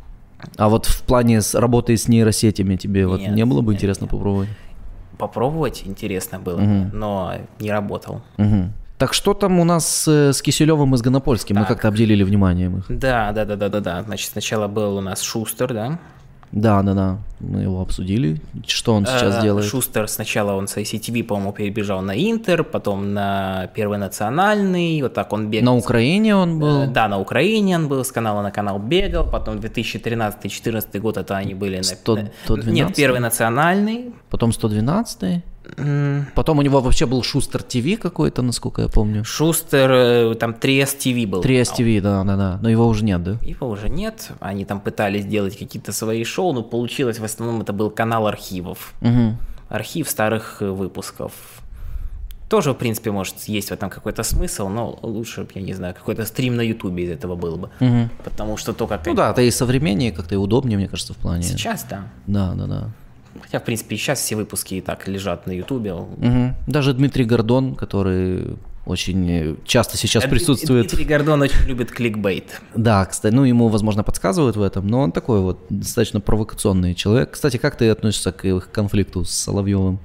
А вот в плане с работы с нейросетями тебе нет, вот не было бы нет, интересно нет. попробовать? Попробовать интересно было, угу. но не работал. Угу. Так что там у нас с Киселевым и с Гонопольским? Так. Мы как-то обделили вниманием их. Да, да, да, да, да, да. Значит, сначала был у нас Шустер, да? Да, да, да. Мы его обсудили. Что он сейчас а, делает? Шустер сначала он с ай си ти ви, по-моему, перебежал на Интер, потом на Первый национальный. Вот так он бегал. На Украине он был? Да, на Украине он был, с канала на канал бегал. Потом две тысячи тринадцатый - две тысячи четырнадцатый год это они были сто, на... сто двенадцать? Нет, Первый национальный. Потом сто двенадцатый? Потом у него вообще был Шустер ТВ какой-то, насколько я помню. Шустер, там три эс ти ви был. три эс ти ви, да, да, да. Но его уже нет, да? Его уже нет. Они там пытались делать какие-то свои шоу, но получилось в основном это был канал архивов. Угу. Архив старых выпусков. Тоже, в принципе, может, есть в этом какой-то смысл, но лучше, я не знаю, какой-то стрим на Ютубе из этого был бы. Угу. Потому что то, как... Ну они... да, это и современнее, как-то и удобнее, мне кажется, в плане... Сейчас, да. Да, да, да. Хотя, в принципе, и сейчас все выпуски и так лежат на Ютубе. Угу. Даже Дмитрий Гордон, который очень часто сейчас а присутствует... Дмитрий Гордон очень любит кликбейт. Да, кстати, ну ему, возможно, подсказывают в этом, но он такой вот достаточно провокационный человек. Кстати, как ты относишься к их конфликту с Соловьевым?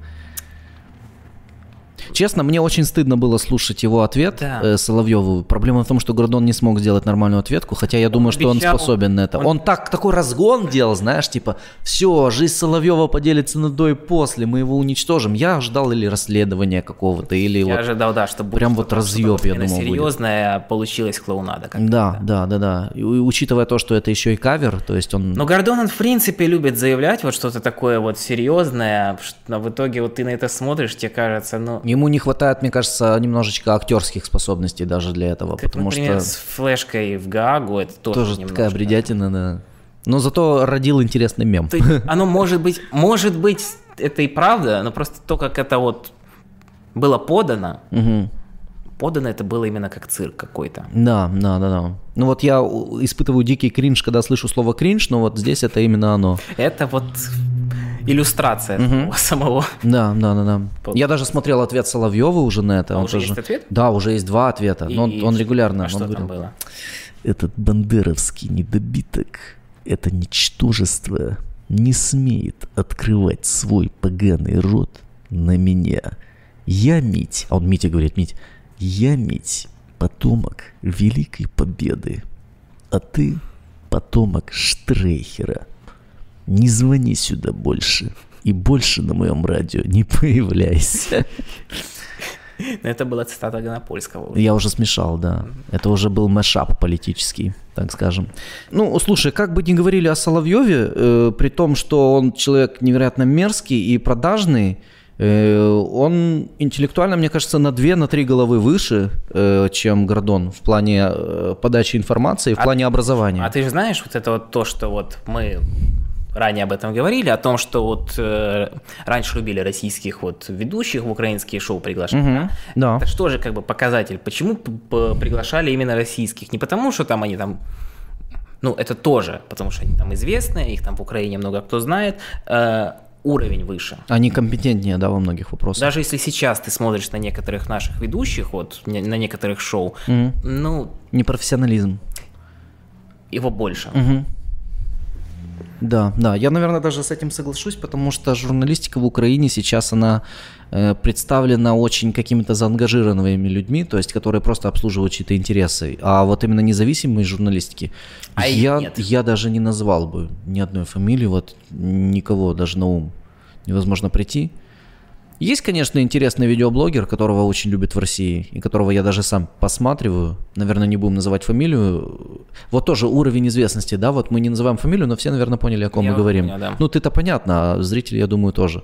Честно, мне очень стыдно было слушать его ответ да. э, Соловьеву. Проблема в том, что Гордон не смог сделать нормальную ответку, хотя я он думаю, обещал, что он способен на это. Он, он так, такой разгон делал, знаешь, типа, все, жизнь Соловьева поделится на до и после, мы его уничтожим. Я ждал или расследования какого-то, или я вот... Я ожидал, да, что будет прям вот разъеб, я думал, серьезное, а получилось клоунада. Да, да, да, да. И, учитывая то, что это еще и кавер, то есть он... Но Гордон, он в принципе любит заявлять вот что-то такое вот серьезное, но в итоге вот ты на это смотришь, тебе кажется, ну... Ему не хватает, мне кажется, немножечко актерских способностей даже для этого, как, потому например, что... с флешкой в Гаагу это тоже, тоже немножко... такая бредятина, да. Но зато родил интересный мем. То есть, оно может быть, может быть, это и правда, но просто то, как это вот было подано, угу. подано это было именно как цирк какой-то. Да, да, да, да. Ну вот я испытываю дикий кринж, когда слышу слово кринж, но вот здесь это именно оно. Это вот... иллюстрация угу. самого. Да, да, да, да. Я даже смотрел ответ Соловьева уже на это. А он уже тоже... есть ответ? Да, уже есть два ответа. И, но он, он регулярно. А он что говорил, там было? Этот бандеровский недобиток, это ничтожество, не смеет открывать свой поганый рот на меня. Я, Мить, а он Митя говорит, Мить, я, Мить, потомок Великой Победы, а ты потомок Штрейхера. Не звони сюда больше. И больше на моем радио не появляйся. Это была цитата Гонопольского. Я уже смешал, да. Это уже был мэшап политический, так скажем. Ну, слушай, как бы ни говорили о Соловьеве, э, при том, что он человек невероятно мерзкий и продажный, э, он интеллектуально, мне кажется, на две, на три головы выше, э, чем Гордон в плане э, подачи информации, в а, плане образования. А ты же знаешь вот это вот то, что вот мы... ранее об этом говорили, о том, что вот э, раньше любили российских вот ведущих в украинские шоу приглашать. Угу, да. Это что же как бы показатель? Почему приглашали именно российских? Не потому, что там они там... Ну, это тоже, потому что они там известные, их там в Украине много кто знает. Э, уровень выше. Они компетентнее, да, во многих вопросах. Даже если сейчас ты смотришь на некоторых наших ведущих, вот на некоторых шоу, mm-hmm. ну... Непрофессионализм. Его больше. Mm-hmm. Да, да, я, наверное, даже с этим соглашусь, потому что журналистика в Украине сейчас, она э, представлена очень какими-то заангажированными людьми, то есть, которые просто обслуживают чьи-то интересы. А вот именно независимой журналистики а я, я даже не назвал бы ни одной фамилии, вот никого даже на ум невозможно прийти. Есть, конечно, интересный видеоблогер, которого очень любят в России, и которого я даже сам посматриваю. Наверное, не будем называть фамилию. Вот тоже уровень известности, да, вот мы не называем фамилию, но все, наверное, поняли, о ком я мы говорим. Понял, да. Ну, ты-то понятно, а зрители, я думаю, тоже.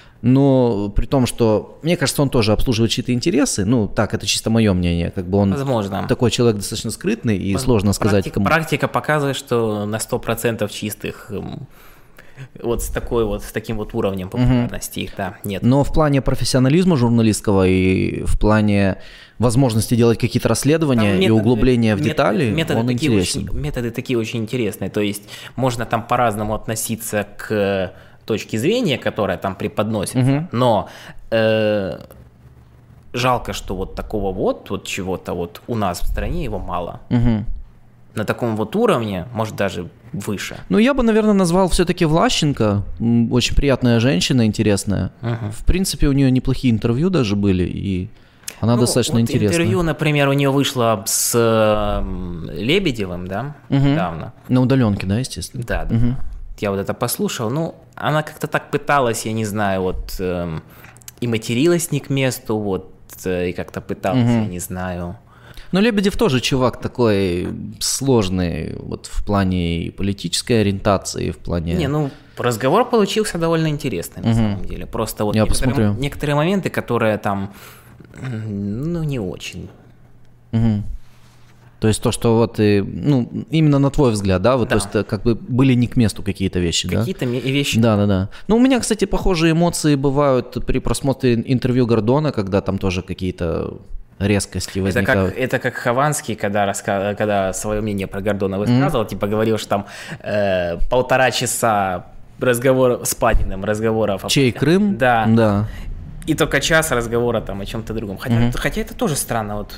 Но при том, что, мне кажется, он тоже обслуживает чьи-то интересы, ну, так, это чисто мое мнение, как бы он Возможно. Такой человек достаточно скрытный, и Возможно. сложно сказать, практика, кому. Практика показывает, что на сто процентов чистых... Вот с такой вот, с таким вот уровнем популярности их, да, нет. Но в плане профессионализма журналистского и в плане возможности делать какие-то расследования методы, и углубления в метод, детали, методы он такие интересен. Очень, методы такие очень интересные, то есть можно там по-разному относиться к точке зрения, которая там преподносится, угу. но э, жалко, что вот такого вот, вот чего-то вот у нас в стране его мало. Угу. На таком вот уровне, может даже выше. Ну, я бы, наверное, назвал все-таки Влащенко. Очень приятная женщина, интересная. Uh-huh. В принципе, у нее неплохие интервью даже были, и она ну, достаточно вот интересная. Интервью, например, у нее вышло с Лебедевым, да, uh-huh. недавно. На удаленке, да, естественно? Да, да. Uh-huh. Я вот это послушал. Ну, она как-то так пыталась, я не знаю, вот э, и материлась не к месту, вот, э, и как-то пыталась, uh-huh. я не знаю... Но Лебедев тоже чувак такой сложный вот в плане политической ориентации, в плане... Не, ну, разговор получился довольно интересный, на угу. самом деле. Просто вот Я некоторые, некоторые моменты, которые там, ну, не очень. Угу. То есть то, что вот, и, ну, именно на твой взгляд, да, вот, да. то есть как бы были не к месту какие-то вещи, какие-то да? Какие-то вещи. Да, да, да. Ну, у меня, кстати, похожие эмоции бывают при просмотре интервью Гордона, когда там тоже какие-то... резкости возникают. Это как, это как Хованский, когда, раска... когда свое мнение про Гордона высказывал, mm-hmm. типа говорил, что там э, полтора часа разговора с Паниным, разговоров... Чей Крым? Да. да. И только час разговора там о чем-то другом. Хотя, mm-hmm. хотя это тоже странно, вот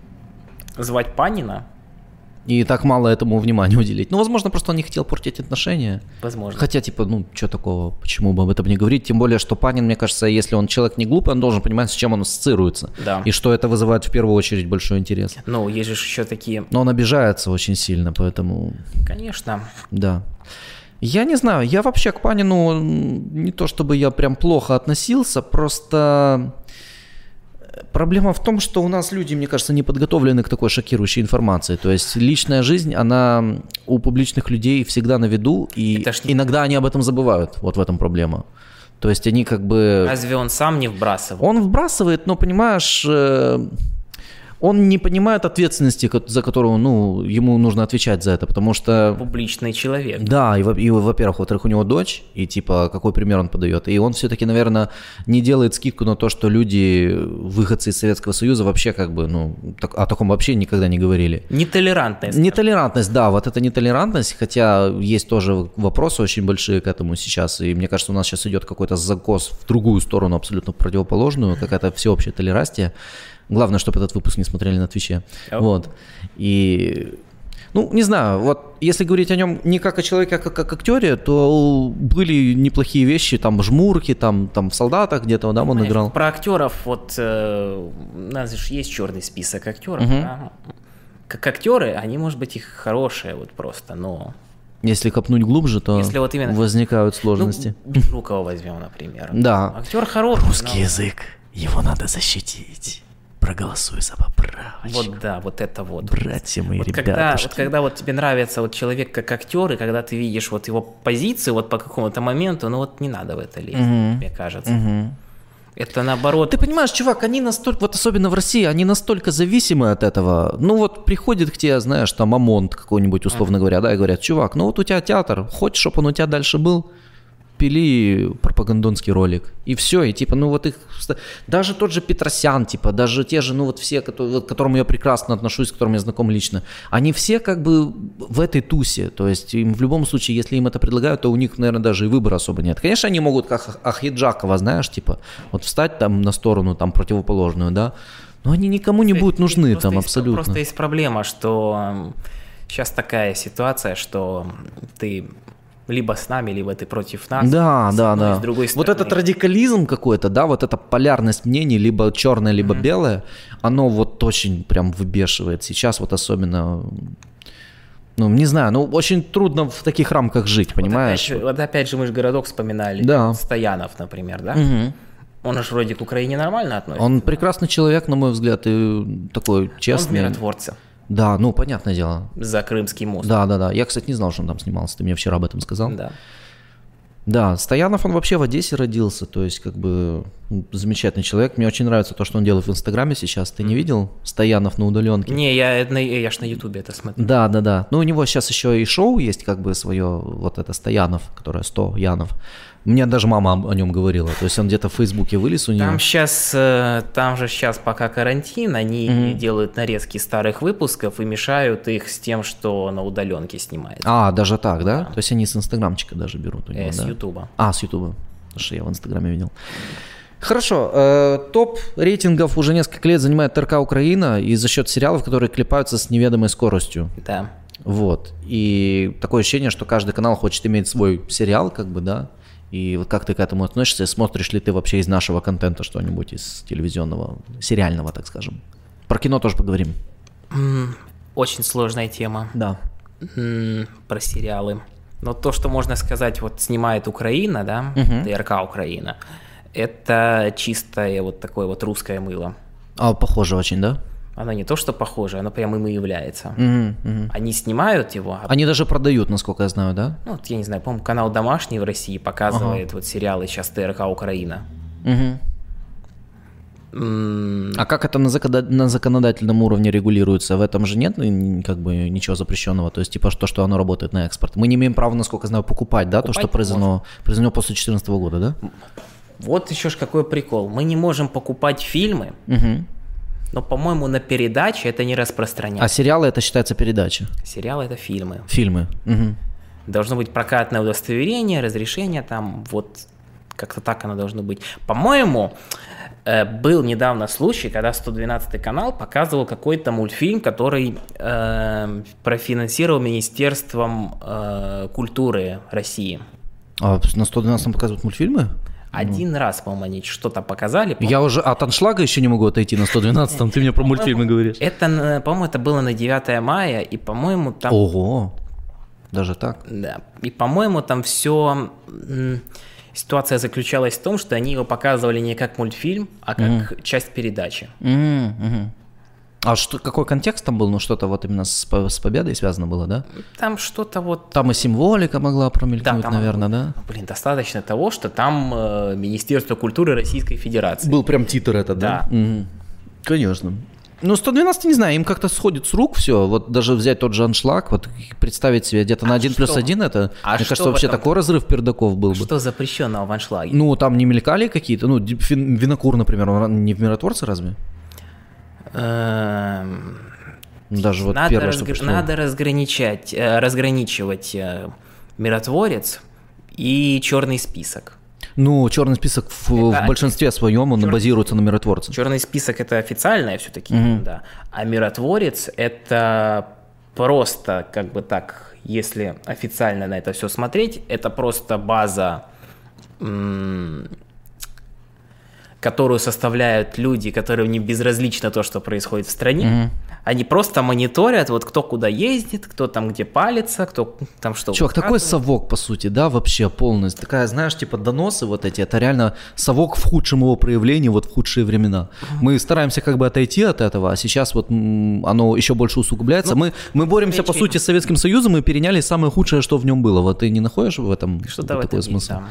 звать Панина. И так мало этому внимания уделить. Ну, возможно, просто он не хотел портить отношения. Возможно. Хотя, типа, ну, что такого, почему бы об этом не говорить? Тем более, что Панин, мне кажется, если он человек не глупый, он должен понимать, с чем он ассоциируется. Да. И что это вызывает в первую очередь большой интерес. Ну, есть же еще такие... Но он обижается очень сильно, поэтому... Конечно. Да. Я не знаю, я вообще к Панину не то чтобы я прям плохо относился, просто... Проблема в том, что у нас люди, мне кажется, не подготовлены к такой шокирующей информации. То есть личная жизнь, она у публичных людей всегда на виду, и не... иногда они об этом забывают. Вот в этом проблема. То есть они как бы... Разве он сам не вбрасывает? Он вбрасывает, но, понимаешь... Он не понимает ответственности, за которую, ну, ему нужно отвечать за это, потому что... Публичный человек. Да, и, и во-первых, во-вторых, у него дочь, и типа, какой пример он подает. И он все-таки, наверное, не делает скидку на то, что люди, выходцы из Советского Союза, вообще как бы, ну, так, о таком вообще никогда не говорили. Нетолерантность. Нетолерантность, да, вот это нетолерантность, хотя есть тоже вопросы очень большие к этому сейчас, и мне кажется, у нас сейчас идет какой-то закос в другую сторону, абсолютно противоположную, какая-то всеобщая толерастия. Главное, чтобы этот выпуск не смотрели на Твиче. Yep. Вот. И, ну, не знаю, вот если говорить о нем не как о человеке, а как о актере, то были неплохие вещи, там, «Жмурки», там, там в «Солдатах» где-то, да, он Знаешь, играл. Про актеров, вот, э, у нас же есть черный список актеров, uh-huh. да? Как актеры, они, может быть, их хорошие, вот просто, но... Если копнуть глубже, то Если вот именно... возникают сложности. Ну, Безрукова возьмем, например. Да. Актер хороший. Русский но... язык, его надо защитить. Проголосуй за поправочку. Вот да, вот это вот. Братья мои, вот ребятушки. Когда, вот когда вот тебе нравится вот человек как актер, и когда ты видишь вот его позицию вот по какому-то моменту, ну вот не надо в это лезть, угу. мне кажется. Угу. Это наоборот. Ты понимаешь, чувак, они настолько, вот особенно в России, они настолько зависимы от этого. Ну вот приходит к тебе, знаешь, там Амонт какой-нибудь, условно uh-huh. говоря, да, и говорят, чувак, ну вот у тебя театр, хочешь, чтобы он у тебя дальше был? купили пропагандонский ролик, и все, и типа, ну вот их, даже тот же Петросян, типа, даже те же, ну вот все, которые, к которым я прекрасно отношусь, к которым я знаком лично, они все как бы в этой тусе, то есть им в любом случае, если им это предлагают, то у них, наверное, даже и выбора особо нет. Конечно, они могут, как Ахеджакова, знаешь, типа, вот встать там на сторону, там, противоположную, да, но они никому не будут нужны там есть, абсолютно. Просто есть проблема, что сейчас такая ситуация, что ты либо с нами, либо ты против нас. Да, да, да. С другой вот стороны. этот радикализм какой-то, да, вот эта полярность мнений, либо черное, либо mm-hmm. белое, оно вот очень прям выбешивает. Сейчас вот особенно, ну, не знаю, ну, очень трудно в таких рамках жить, понимаешь? Вот опять, вот опять же мы же городок вспоминали. Да. Стоянов, например, да? Угу. Он же вроде к Украине нормально относится. Он прекрасный человек, на мой взгляд, и такой честный. Он миротворца. Да, ну, понятное дело. За Крымский мост. Да, да, да. Я, кстати, не знал, что он там снимался. Ты мне вчера об этом сказал. Да. Да, Стоянов, он вообще в Одессе родился, то есть как бы замечательный человек. Мне очень нравится то, что он делает в Инстаграме сейчас. Ты не видел Стоянов на удаленке? Не, я, я ж на Ютубе это смотрю. Да, да, да. Ну, у него сейчас еще и шоу есть, как бы свое, вот это Стоянов, которое сто Янов. Мне даже мама о нем говорила. То есть он где-то в Фейсбуке вылез у нее. Там сейчас, там же сейчас пока карантин, они mm-hmm. делают нарезки старых выпусков и мешают их с тем, что на удаленке снимается. А, даже так, да? да? То есть они с Инстаграмчика даже берут у него, э, да? С Ютуба. А, с Ютуба. Потому что я в Инстаграме видел. Хорошо. Э, топ рейтингов уже несколько лет занимает ТРК Украина, и за счет сериалов, которые клепаются с неведомой скоростью. Да. Вот. И такое ощущение, что каждый канал хочет иметь свой сериал, как бы, да? И вот как ты к этому относишься? Смотришь ли ты вообще из нашего контента что-нибудь, из телевизионного, сериального, так скажем? Про кино тоже поговорим. Очень сложная тема. Да. Про сериалы. Но то, что можно сказать, вот снимает Украина, да, угу. ТРК Украина, это чистое вот такое вот русское мыло. А, похоже очень, да? Оно не то, что похоже, оно прям им и является. Угу, угу. Они снимают его. А... Они даже продают, насколько я знаю, да? Ну, вот, я не знаю, по-моему, канал «Домашний» в России показывает ага. вот сериалы сейчас ТРК Украина. Угу. М- а как это на, закон... на законодательном уровне регулируется? В этом же нет как бы ничего запрещенного? То есть, типа, то, что оно работает на экспорт. Мы не имеем права, насколько я знаю, покупать, да? Покупать то, что произведено, произведено после две тысячи четырнадцатого года, да? Вот еще ж какой прикол. Мы не можем покупать фильмы, угу. но, по-моему, на передаче это не распространяется. А сериалы это считается передача? Сериалы это фильмы. Фильмы. Угу. Должно быть прокатное удостоверение, разрешение, там вот как-то так оно должно быть. По-моему, был недавно случай, когда сто двенадцатый канал показывал какой-то мультфильм, который э, профинансировал Министерством э, культуры России. А на сто двенадцатом показывают мультфильмы? Один ну. раз, по-моему, они что-то показали. По-моему. Я уже от аншлага еще не могу отойти на сто двенадцатом, ты мне про мультфильмы говоришь. Это, по-моему, это было на девятое мая, и, по-моему, там... Ого, даже так? Да, и, по-моему, там все... Ситуация заключалась в том, что они его показывали не как мультфильм, а как mm. часть передачи. Mm-hmm. А что, какой контекст там был? Ну, что-то вот именно с, с победой связано было, да? Там что-то вот... Там и символика могла промелькнуть, да, там, наверное, да? Блин, достаточно того, что там э, Министерство культуры Российской Федерации. Был прям титр этот, да? Да. Mm-hmm. Конечно. Ну, сто двенадцать, не знаю, им как-то сходит с рук все. Вот даже взять тот же аншлаг, вот представить себе где-то а на один плюс один, это, а мне кажется, вообще такой разрыв пердаков был бы. Что запрещенного в аншлаге? Ну, там не мелькали какие-то, ну, винокур, например, он не в «Миротворце» разве? Даже вот надо первое, разгр... что Надо разграничать, разграничивать «Миротворец» и «Черный список». Ну, черный список в, в большинстве своем, он черный... базируется на «Миротворце». Черный список это официальное все-таки, угу. да. А «Миротворец» это просто, как бы так, если официально на это все смотреть, это просто база, м- которую составляют люди, которым не безразлично то, что происходит в стране. Угу. Они просто мониторят, вот кто куда ездит, кто там где палится, кто там что. Чувак, такой совок, по сути, да, вообще полностью. Такая, знаешь, типа доносы вот эти, это реально совок в худшем его проявлении, вот в худшие времена. Мы стараемся как бы отойти от этого, а сейчас вот м, оно еще больше усугубляется. Ну, мы, мы боремся, по сути, с Советским Союзом и переняли самое худшее, что в нем было. Вот ты не находишь в этом что-то такой в этом смысл? есть, да.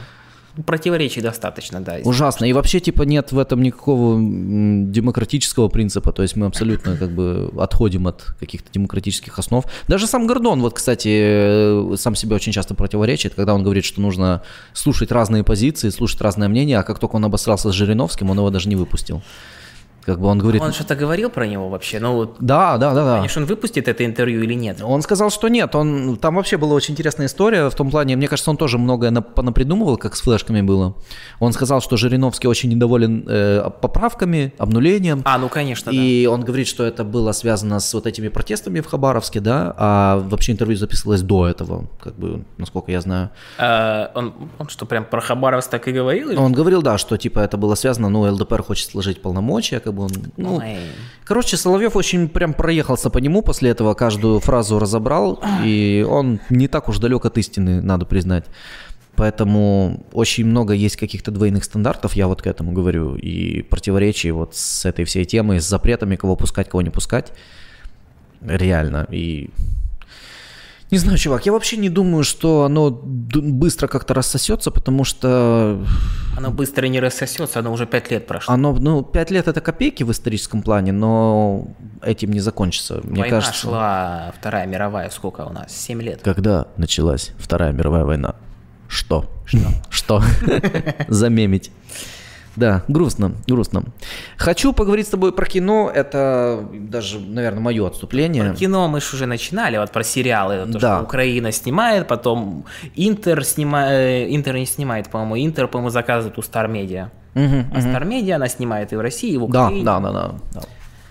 Противоречий достаточно, да. Ужасно. И вообще, типа, нет в этом никакого демократического принципа. То есть мы абсолютно как бы отходим от каких-то демократических основ. Даже сам Гордон, вот, кстати, сам себе очень часто противоречит, когда он говорит, что нужно слушать разные позиции, слушать разные мнения, а как только он обосрался с Жириновским, он его даже не выпустил. Как бы он говорит... Он что-то говорил про него вообще? Ну, да, да, да, да. Конечно, он выпустит это интервью или нет? Он сказал, что нет. Он... Там вообще была очень интересная история в том плане, мне кажется, он тоже многое понапридумывал, как с флешками было. Он сказал, что Жириновский очень недоволен э, поправками, обнулением. А, ну, конечно, И да. он говорит, что это было связано с вот этими протестами в Хабаровске, да, а вообще интервью записывалось до этого, как бы, насколько я знаю. А, он, он что, прям про Хабаровск так и говорил? Или? Он говорил, да, что типа это было связано, ну, ЛДПР хочет сложить полномочия, как бы он, ну, Ой. короче, Соловьев очень прям проехался по нему, после этого каждую фразу разобрал, и он не так уж далек от истины, надо признать. Поэтому очень много есть каких-то двойных стандартов, я вот к этому говорю, и противоречий вот с этой всей темой, с запретами, кого пускать, кого не пускать, реально, и... Не знаю, чувак, я вообще не думаю, что оно быстро как-то рассосется, потому что... Оно быстро не рассосется, оно уже пять лет прошло. Оно, ну, пять лет это копейки в историческом плане, но этим не закончится, мне Война кажется. шла, Вторая мировая, сколько у нас? Семь лет. Когда началась Вторая мировая война? Что? Что? Что? Замемить. Да, грустно, грустно. Хочу поговорить с тобой про кино, это даже, наверное, мое отступление. Про кино мы же уже начинали, вот про сериалы, то, да. что Украина снимает, потом Интер снимает, Интер не снимает, по-моему, Интер, по-моему, заказывает у Star Media. Угу, а угу. Star Media, она снимает и в России, и в Украине. Да, да, да, да.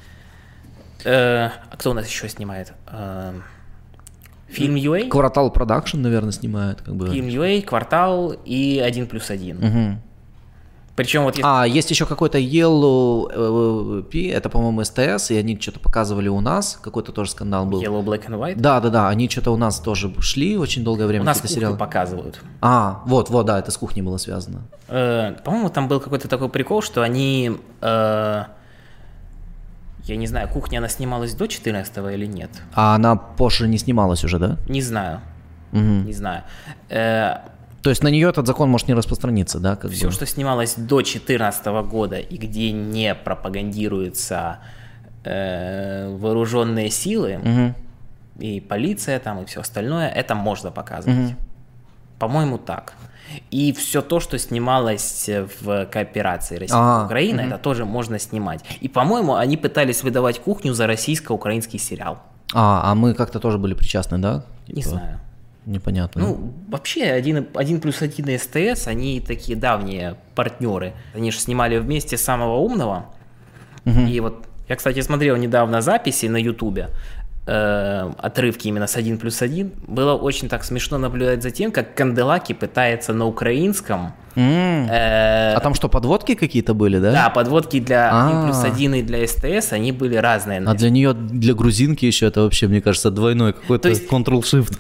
Э, а кто у нас еще снимает? Э, Фильм ю эй? Квартал Продакшн, наверное, снимает. Как бы. Фильм ю эй, Квартал и один плюс один. Угу. Причем вот... Если... А, есть еще какой-то Yellow P, это, по-моему, СТС, и они что-то показывали у нас, какой-то тоже скандал был. Yellow, Black and White? Да, да, да, они что-то у нас тоже шли очень долгое время. У нас какие-то кухню сериалы показывают. А, вот, вот, да, это с кухней было связано. Э, по-моему, там был какой-то такой прикол, что они... Э, я не знаю, кухня, она снималась до четырнадцатого или нет? А она позже не снималась уже, да? Не знаю. Угу. Не знаю. Э, То есть на нее этот закон может не распространиться, да? Как все, бы? что снималось до две тысячи четырнадцатого года и где не пропагандируются э, вооруженные силы, Угу. и полиция там, и все остальное, это можно показывать. Угу. По-моему, так. И все то, что снималось в кооперации А, Россия-Украина, угу. это тоже можно снимать. И, по-моему, они пытались выдавать кухню за российско-украинский сериал. А, а мы как-то тоже были причастны, да? Не Типа, знаю. Непонятно. Ну, вообще, один, один плюс один и СТС, они такие давние партнеры. Они же снимали вместе «Самого умного». Угу. И вот я, кстати, смотрел недавно записи на Ютубе, э, отрывки именно с один плюс один. Было очень так смешно наблюдать за тем, как Канделаки пытается на украинском... М. э, А там что, подводки какие-то были, да? Да, подводки для А. один плюс один и для СТС, они были разные. А для нее, для грузинки еще это вообще, мне кажется, двойной какой-то То есть- Ctrl-Shift.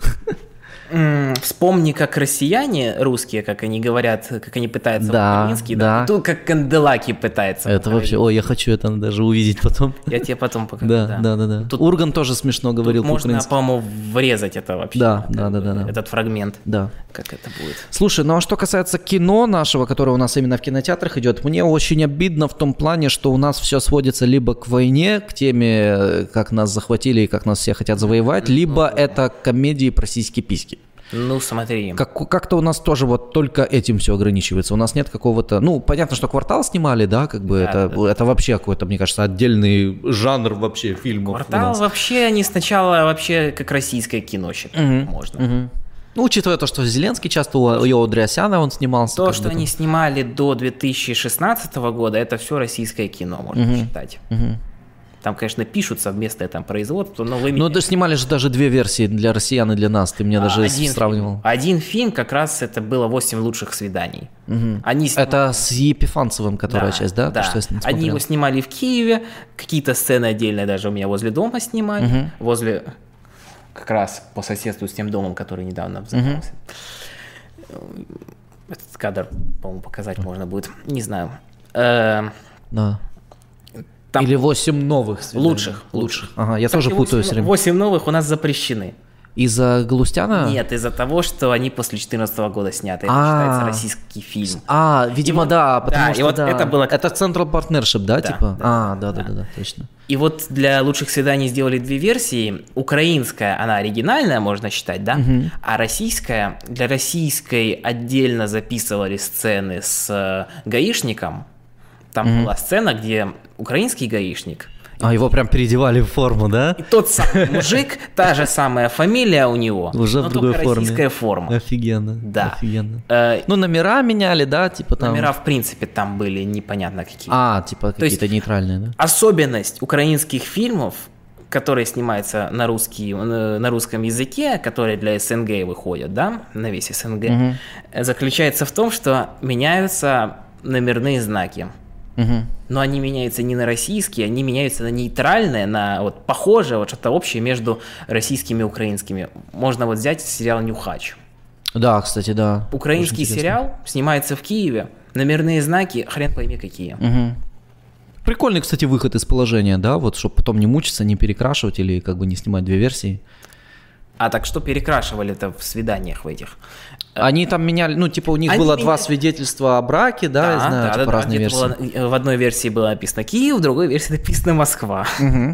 М, Вспомни, как россияне русские, как они говорят, как они пытаются Да, по-украински, да. и тут как Канделаки пытается. Это вообще, ой, я хочу это даже увидеть потом. Я тебе потом покажу. Да, да, да, да. Тут, Урган тоже смешно говорил тут можно, по-украински. по-моему, врезать это вообще. Да, как да, да, бы, да, да. Этот фрагмент, Да. как это будет. Слушай, ну а что касается кино нашего, которое у нас именно в кинотеатрах идет, мне очень обидно в том плане, что у нас все сводится либо к войне, к теме, как нас захватили и как нас все хотят завоевать, либо это комедии про сиськи-письки. Ну, смотри. Как, как-то у нас тоже вот только этим все ограничивается. У нас нет какого-то... Ну, понятно, что «Квартал» снимали, да, как бы Да, это, да. это вообще какой-то, мне кажется, отдельный жанр вообще фильмов. у «Квартал» нас. вообще, они сначала вообще как российское кино считают, Мгм, можно. мгм. Ну, учитывая то, что Зеленский часто у у Андреасяна он снимался. То, как что бы там. они снимали до две тысячи шестнадцатого года, это все российское кино, можно Мгм. считать. Мгм. Там, конечно, пишут совместное там производство, но вы Ну, меня- да, снимали же даже две версии для россиян и для нас. Ты меня даже один сравнивал. Фильм. Один фильм как раз это было восемь лучших свиданий. Мгм. Они снимали- Это с Епифанцевым, которая часть, да? Да. То, что я с ним Они смотрел. его снимали в Киеве, какие-то сцены отдельно даже у меня возле дома снимали, Мгм. возле как раз по соседству с тем домом, который недавно взорвался. Этот кадр, по-моему, показать можно будет, не знаю. Э, Да. Там Или восемь новых свиданий. лучших, лучших. Ага, я тоже Кстати, путаю восемь- все время. восемь новых у нас запрещены. Из-за Галустяна? Нет, из-за того, что они после две тысячи четырнадцатого года сняты. Это А. считается российский фильм. А, видимо, И вот- да, потому да, и что вот да. это было- Это Central Partnership, да, Да, типа? да, а, да, да, да. да, да, точно. И вот для «Лучших свиданий» сделали две версии. Украинская, она оригинальная, можно считать, да? Мгм. А российская, для российской отдельно записывали сцены с э, гаишником. Там Мгм. была сцена, где украинский гаишник, А, его прям переодевали в форму, да? и тот самый мужик, та же самая фамилия у него, Уже в но другой только форме. российская форма. Офигенно. Да. Офигенно. Э, Ну, номера меняли, да, типа там. Номера, в принципе, там были непонятно какие. А, типа есть- какие-то нейтральные, да? Особенность украинских фильмов, которые снимаются на, русский, э, на русском языке, которые для СНГ выходят, да, на весь СНГ, Мгм. э, заключается в том, что меняются номерные знаки. Мгм. Но они меняются не на российские, они меняются на нейтральные, на вот похожее, вот что-то общее между российскими и украинскими. Можно вот взять сериал «Нюхач». Да, кстати, да. Украинский Очень интересно. сериал снимается в Киеве, номерные знаки хрен пойми какие. Мгм. Прикольный, кстати, выход из положения, да, вот, чтобы потом не мучиться, не перекрашивать или как бы не снимать две версии. А так что перекрашивали-то в свиданиях в этих? Они там меняли, ну, типа у них Они было меня- два свидетельства о браке, да, я знаю, типа разные где-то версии. было- в одной версии было написано Киев, в другой версии написано Москва. Мгм.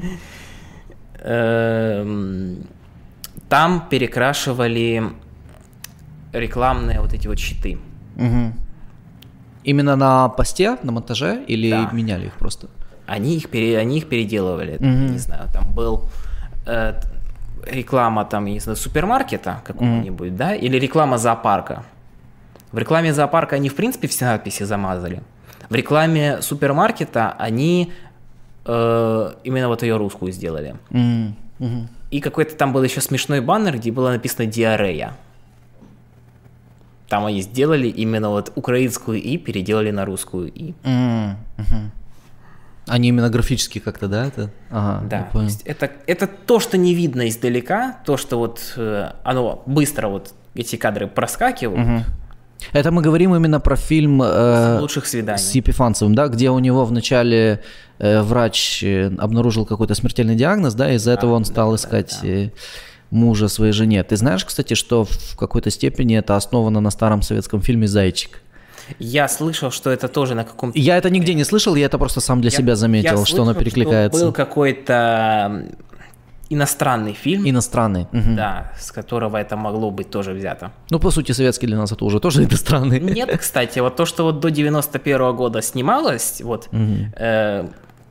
Эм, Там перекрашивали рекламные вот эти вот щиты. Мгм. Именно на посте, на монтаже или Да. меняли их просто? Они их, пере, они их переделывали. Это, Мгм. Не знаю, там был э, т- реклама там, я не знаю, супермаркета какого-нибудь, да, или реклама зоопарка. В рекламе зоопарка они, в принципе, все надписи замазали. В рекламе супермаркета они э, именно вот ее русскую сделали. М, мгм. И какой-то там был еще смешной баннер, где было написано «диарея». Там они сделали именно вот украинскую «и» переделали на русскую «и». М, мгм. Они именно графически как-то, да, это? Ага, я Да, то понял. есть это, это то, что не видно издалека, то, что вот э, оно быстро вот эти кадры проскакивают, Мгм. Это мы говорим именно про фильм э, лучших свиданий. с Епифанцевым, да, где у него вначале э, врач э, обнаружил какой-то смертельный диагноз, да, из-за этого он да, стал да, искать да. э, мужа своей жене. Ты знаешь, кстати, что в какой-то степени это основано на старом советском фильме «Зайчик»? Я слышал, что это тоже на каком-то... Я это нигде не слышал, я это просто сам для Я- себя заметил, я что оно слышал, перекликается. был какой-то иностранный фильм, Иностранный. Мгм. да, с которого это могло быть тоже взято. Ну, по сути, советский для нас это уже тоже иностранный. Нет, кстати, вот то, что вот до девяносто первого года снималось, вот, Мгм. э,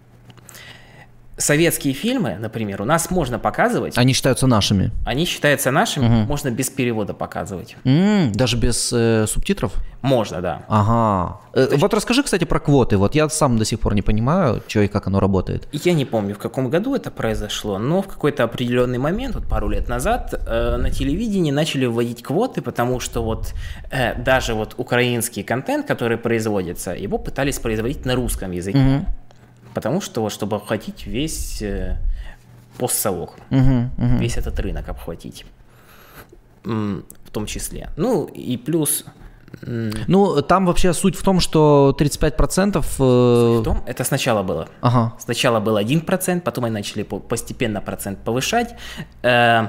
советские фильмы, например, у нас можно показывать, Они считаются нашими. они считаются нашими, Мгм. можно без перевода показывать. М, даже без э, субтитров? Можно, да. Ага. Э, вот расскажи, кстати, про квоты. Вот я сам до сих пор не понимаю, что и как оно работает. Я не помню, в каком году это произошло, но в какой-то определенный момент, вот пару лет назад, э, на телевидении начали вводить квоты, потому что вот э, даже вот украинский контент, который производится, его пытались производить на русском языке, Мгм. потому что вот, чтобы охватить весь э, постсовок, Мгм, мгм. весь этот рынок обхватить, М, в том числе. Ну и плюс м, Ну, там вообще суть в том, что тридцать пять процентов... э, в том, это сначала было. Ага. Сначала был один процент, потом они начали по- постепенно процент повышать. Э,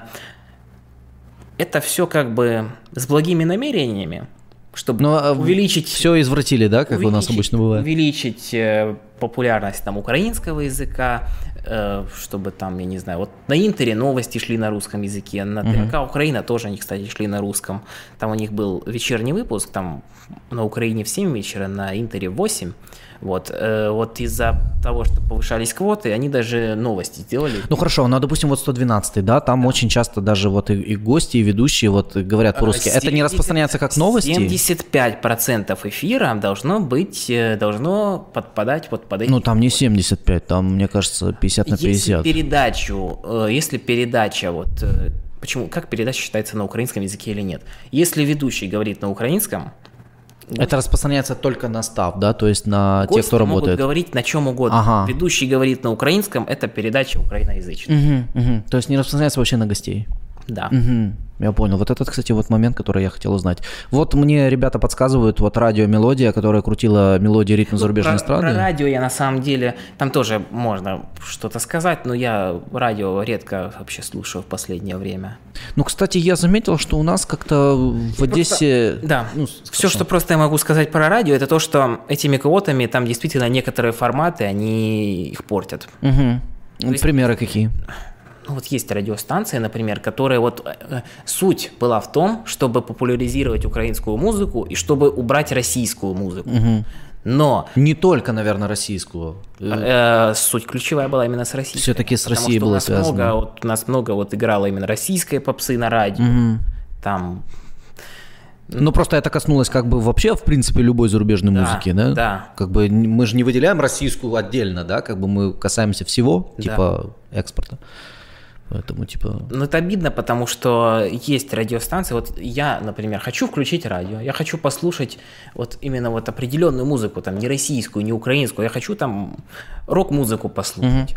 Это все как бы с благими намерениями, чтобы Но увеличить... все извратили, да, как у нас увеличить- обычно бывает? Увеличить э, популярность там украинского языка, э, чтобы там, я не знаю, вот на Интере новости шли на русском языке, на ТРК Украина тоже они, кстати, шли на русском. Там у них был вечерний выпуск, там на Украине в семь вечера, на Интере в восемь. Вот, э, вот из-за того, что повышались квоты, они даже новости сделали. Ну хорошо, ну допустим, вот сто двенадцатый, да, там очень часто даже вот и, и гости, и ведущие вот говорят по-русски. Это не семьдесят распространяется как новости? семьдесят пять процентов эфира должно быть, э, должно подпадать вот под эти... Ну там не семьдесят пять, там, мне кажется, пятьдесят на Если пятьдесят. передачу, э, если передача вот... э, Почему, как передача считается на украинском языке или нет? Если ведущий говорит на украинском, Это распространяется только на став, да, то есть на тех, гости кто могут работает. говорить на чем угодно. Ага. Ведущий говорит на украинском, это передача украиноязычная. Мгм, мгм. То есть не распространяется вообще на гостей. Да. Угу. Я понял. Вот этот, кстати, вот момент, который я хотел узнать. Вот мне ребята подсказывают, вот радио «Мелодия», которая крутила мелодии ритма зарубежной эстрады. Про радио я на самом деле, там тоже можно что-то сказать, но я радио редко вообще слушаю в последнее время. Ну, кстати, я заметил, что у нас как-то в Одессе... Просто, да, ну, все, что просто я могу сказать про радио, это то, что этими квотами там действительно некоторые форматы, они их портят. Угу. есть... Примеры какие? Ну, вот есть радиостанции, например, которые вот э, суть была в том, чтобы популяризировать украинскую музыку и чтобы убрать российскую музыку. Угу. Но... Не только, наверное, российскую. Э, суть ключевая была именно с российской. Все-таки с Россией было связано. Много, вот, у нас много вот играло именно российской попсы на радио. Угу. Там... Ну, просто это коснулось как бы вообще, в принципе, любой зарубежной да, музыки, да? Да. Как бы мы же не выделяем российскую отдельно, да? Как бы мы касаемся всего, да. типа экспорта. Поэтому, типа... Ну, это обидно, потому что есть радиостанции. Вот я, например, хочу включить радио, я хочу послушать вот именно вот определенную музыку, там, не российскую, не украинскую, я хочу там рок-музыку послушать,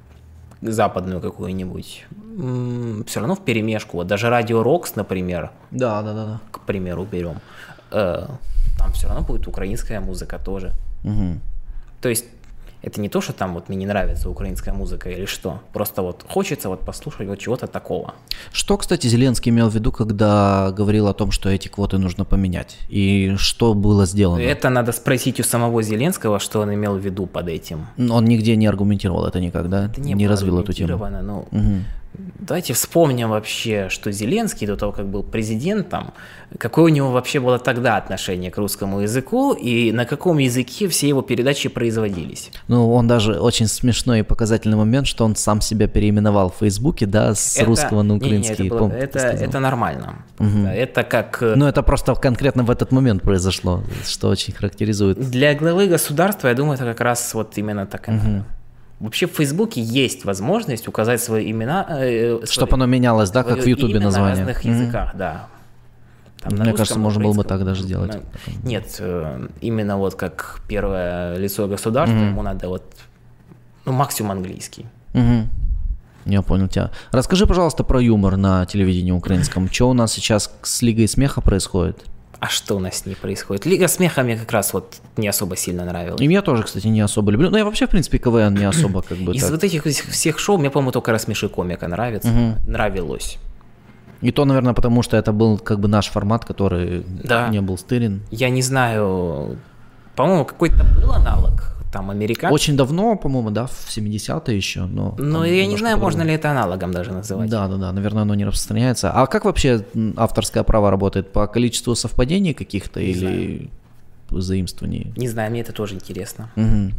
угу. западную какую-нибудь. М-м, все равно вперемешку. Вот даже радио Рокс, например, да, да, да, да. к примеру, берем, э, там все равно будет украинская музыка тоже. Угу. То есть это не то, что там вот мне не нравится украинская музыка или что. Просто вот хочется вот послушать вот чего-то такого. Что, кстати, Зеленский имел в виду, когда говорил о том, что эти квоты нужно поменять? И что было сделано? Это надо спросить у самого Зеленского, что он имел в виду под этим. Он нигде не аргументировал это никогда, это не, не развил эту тему. Ну, угу. Давайте вспомним вообще, что Зеленский до того, как был президентом, какое у него вообще было тогда отношение к русскому языку и на каком языке все его передачи производились. Ну, он даже очень смешной и показательный момент, что он сам себя переименовал в Фейсбуке, да, с это, русского на украинский. Не, не, это, было, это, это нормально. Угу. Это как... Ну, это просто конкретно в этот момент произошло, что очень характеризует. Для главы государства, я думаю, это как раз вот именно так и угу. надо. Вообще в Фейсбуке есть возможность указать свои имена. Э, Чтобы оно менялось, да, как в Ютубе название. На разных mm-hmm. языках, да. Там Мне русском, кажется, можно было бы так даже сделать. На... Нет, э, именно вот как первое лицо государства, mm-hmm. ему надо вот, ну, максимум английский. Mm-hmm. Я понял тебя. Расскажи, пожалуйста, про юмор на телевидении украинском. Что у нас сейчас с Лигой смеха происходит? А что у нас с ней происходит? Лига смеха мне как раз вот не особо сильно нравилась. И меня тоже, кстати, не особо люблю. Но я вообще, в принципе, КВН не особо как бы Из так. вот этих всех шоу мне, по-моему, только «Рассмеши комика» нравится. Угу. Нравилось. И то, наверное, потому что это был как бы наш формат, который да. не был стырен. Я не знаю, по-моему, какой-то был аналог. Там американцы. Очень давно, по-моему, да, в семидесятые еще, но... Ну, я не знаю, можно ли это аналогом даже называть. Да-да-да, наверное, оно не распространяется. А как вообще авторское право работает? По количеству совпадений каких-то не или заимствований? Не знаю, мне это тоже интересно. Угу.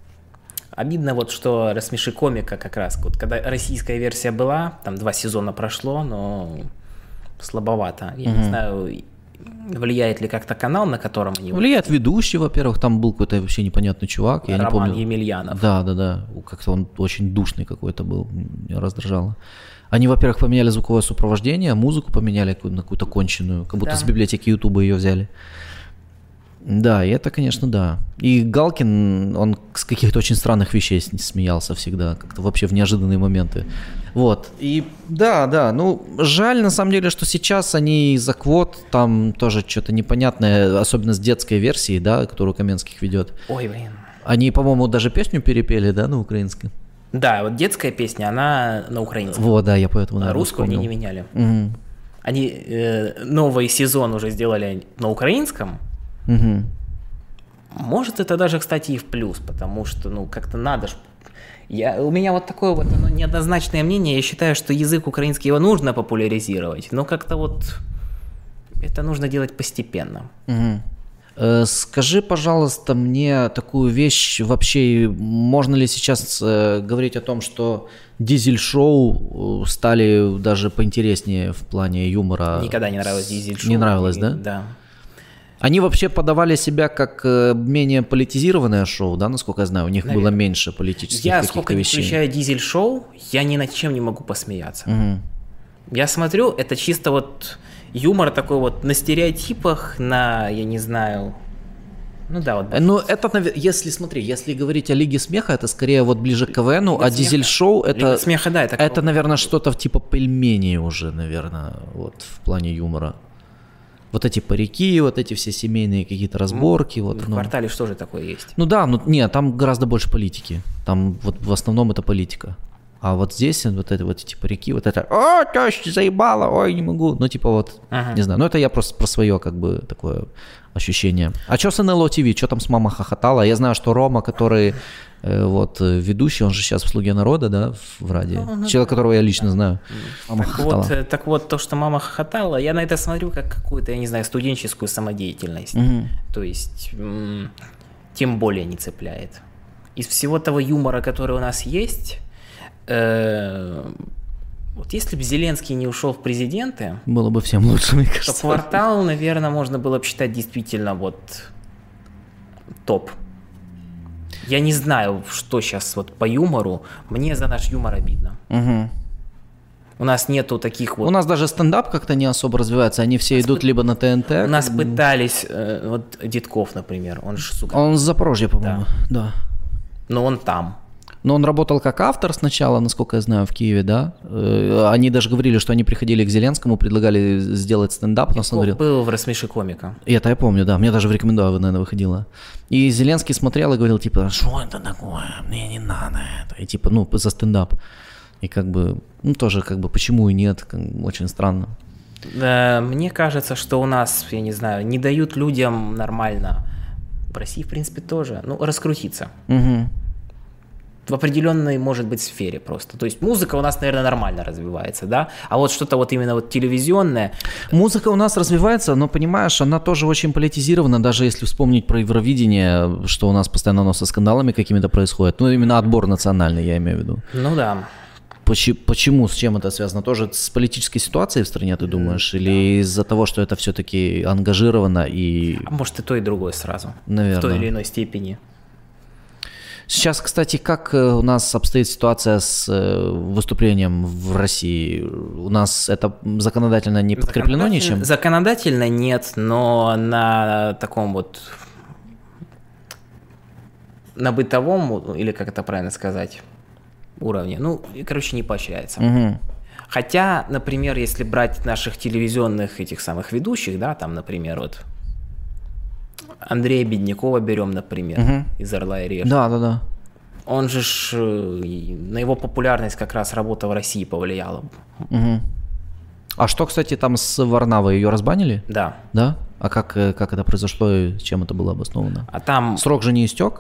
Обидно вот, что «Рассмеши комика» как раз, вот когда российская версия была, там два сезона прошло, но слабовато. Я угу. не знаю... Влияет ли как-то канал, на котором они... Влияет ведущий, во-первых, там был какой-то вообще непонятный чувак. Я Роман не помню. Емельянов. Да, да, да. Как-то он очень душный какой-то был, меня раздражало. Они, во-первых, поменяли звуковое сопровождение, музыку поменяли на какую-то конченую, как будто да. с библиотеки Ютуба ее взяли. Да, и это, конечно, да. И Галкин, он с каких-то очень странных вещей смеялся всегда, как-то вообще в неожиданные моменты. Вот. И да, да, ну, жаль на самом деле, что сейчас они из-за квот, там тоже что-то непонятное, особенно с детской версией, да, которую Каменских ведет. Ой, блин. Они, по-моему, даже песню перепели, да, на украинском? Да, вот детская песня, она на украинском. Вот, да, я поэтому, наверное, а русскую вспомнил. они не меняли. Угу. Они э, новый сезон уже сделали на украинском. Угу. Может, это даже, кстати, и в плюс, потому что, ну, как-то надо ж... Я, у меня вот такое вот оно, неоднозначное мнение. Я считаю, что язык украинский его нужно популяризировать, но как-то вот это нужно делать постепенно. Угу. Э, скажи, пожалуйста, мне такую вещь. Вообще, можно ли сейчас э, говорить о том, что дизель-шоу стали даже поинтереснее в плане юмора? Никогда не нравилось дизель-шоу. Не нравилось, да? Да. Они вообще подавали себя как менее политизированное шоу, да, насколько я знаю, у них Наверное. было меньше политических я, каких-то сколько вещей. Я сколько не включаю дизель-шоу, я ни над чем не могу посмеяться. Угу. Я смотрю, это чисто вот юмор такой вот на стереотипах, на, я не знаю, Ну да, вот. Ну, это, если, смотри, если говорить о Лиге Смеха, это скорее вот ближе к КВНу, Лига а Дизель-шоу это... Лига Смеха, да, это... Это, наверное, что-то типа пельменей уже, наверное, вот в плане юмора. Вот эти парики, вот эти все семейные какие-то разборки. В, вот, в ну. «Квартале» что же такое есть? Ну да, ну нет, там гораздо больше политики. Там вот в основном это политика. А вот здесь вот это вот эти парики, вот это «О, теща заебала, ой, не могу». Ну типа вот, ага. не знаю, ну это я просто про свое как бы такое ощущение. А что с эн эл о ти ви, что там с «Мама хохотала»? Я знаю, что Рома, который э, вот ведущий, он же сейчас в «Слуге народа», да, в радио. Ну, ну, человек, которого я лично знаю. Мама так, вот, так вот, то, что «Мама хохотала», я на это смотрю как какую-то, я не знаю, студенческую самодеятельность. Угу. То есть, м- тем более не цепляет. Из всего того юмора, который у нас есть... Вот если бы Зеленский не ушел в президенты, было бы всем лучше, мне кажется. То «Квартал», наверное, можно было бы считать действительно вот топ. Я не знаю, что сейчас вот по юмору. Мне за наш юмор обидно. Угу. У нас нету таких вот... У нас даже стендап как-то не особо развивается. Они все идут пы... либо на ТНТ. У нас как... пытались... Вот Дедков, например. Он же, сука... Он с Запорожья, по-моему. Да. да. Но он там. Но он работал как автор сначала, насколько я знаю, в Киеве, да. Они даже говорили, что они приходили к Зеленскому, предлагали сделать стендап. Но он говорил, был в «Рассмеши комика». И это я помню, да. Мне даже в рекомендую, наверное, выходило. И Зеленский смотрел и говорил, типа, что это такое? Мне не надо это. И типа, ну, за стендап. И как бы, ну, тоже как бы, почему и нет, как бы, очень странно. Мне кажется, что у нас, я не знаю, не дают людям нормально, в России, в принципе, тоже, ну, раскрутиться. Угу. В определенной, может быть, сфере просто. То есть музыка у нас, наверное, нормально развивается, да? А вот что-то вот именно вот телевизионное... Музыка у нас развивается, но, понимаешь, она тоже очень политизирована, даже если вспомнить про Евровидение, что у нас постоянно оно со скандалами какими-то происходит. Ну, именно отбор национальный, я имею в виду. Ну да. Почему, почему, с чем это связано? Тоже с политической ситуацией в стране, ты думаешь? Да. Или из-за того, что это все-таки ангажировано и... А может и то, и другое сразу. Наверное. В той или иной степени. Сейчас, кстати, как у нас обстоит ситуация с выступлением в России? У нас это законодательно не подкреплено законодательно, ничем? Законодательно нет, но на таком вот, на бытовом, или как это правильно сказать, уровне, ну, короче, не поощряется. Угу. Хотя, например, если брать наших телевизионных этих самых ведущих, да, там, например, вот... Андрея Беднякова берем, например, угу. из «Орла и решки». Да, да, да. Он же ж, на его популярность как раз работа в России повлияла. Угу. А что, кстати, там с Варнавой, ее разбанили? Да. Да? А как, как это произошло и чем это было обосновано? А там... Срок же не истек?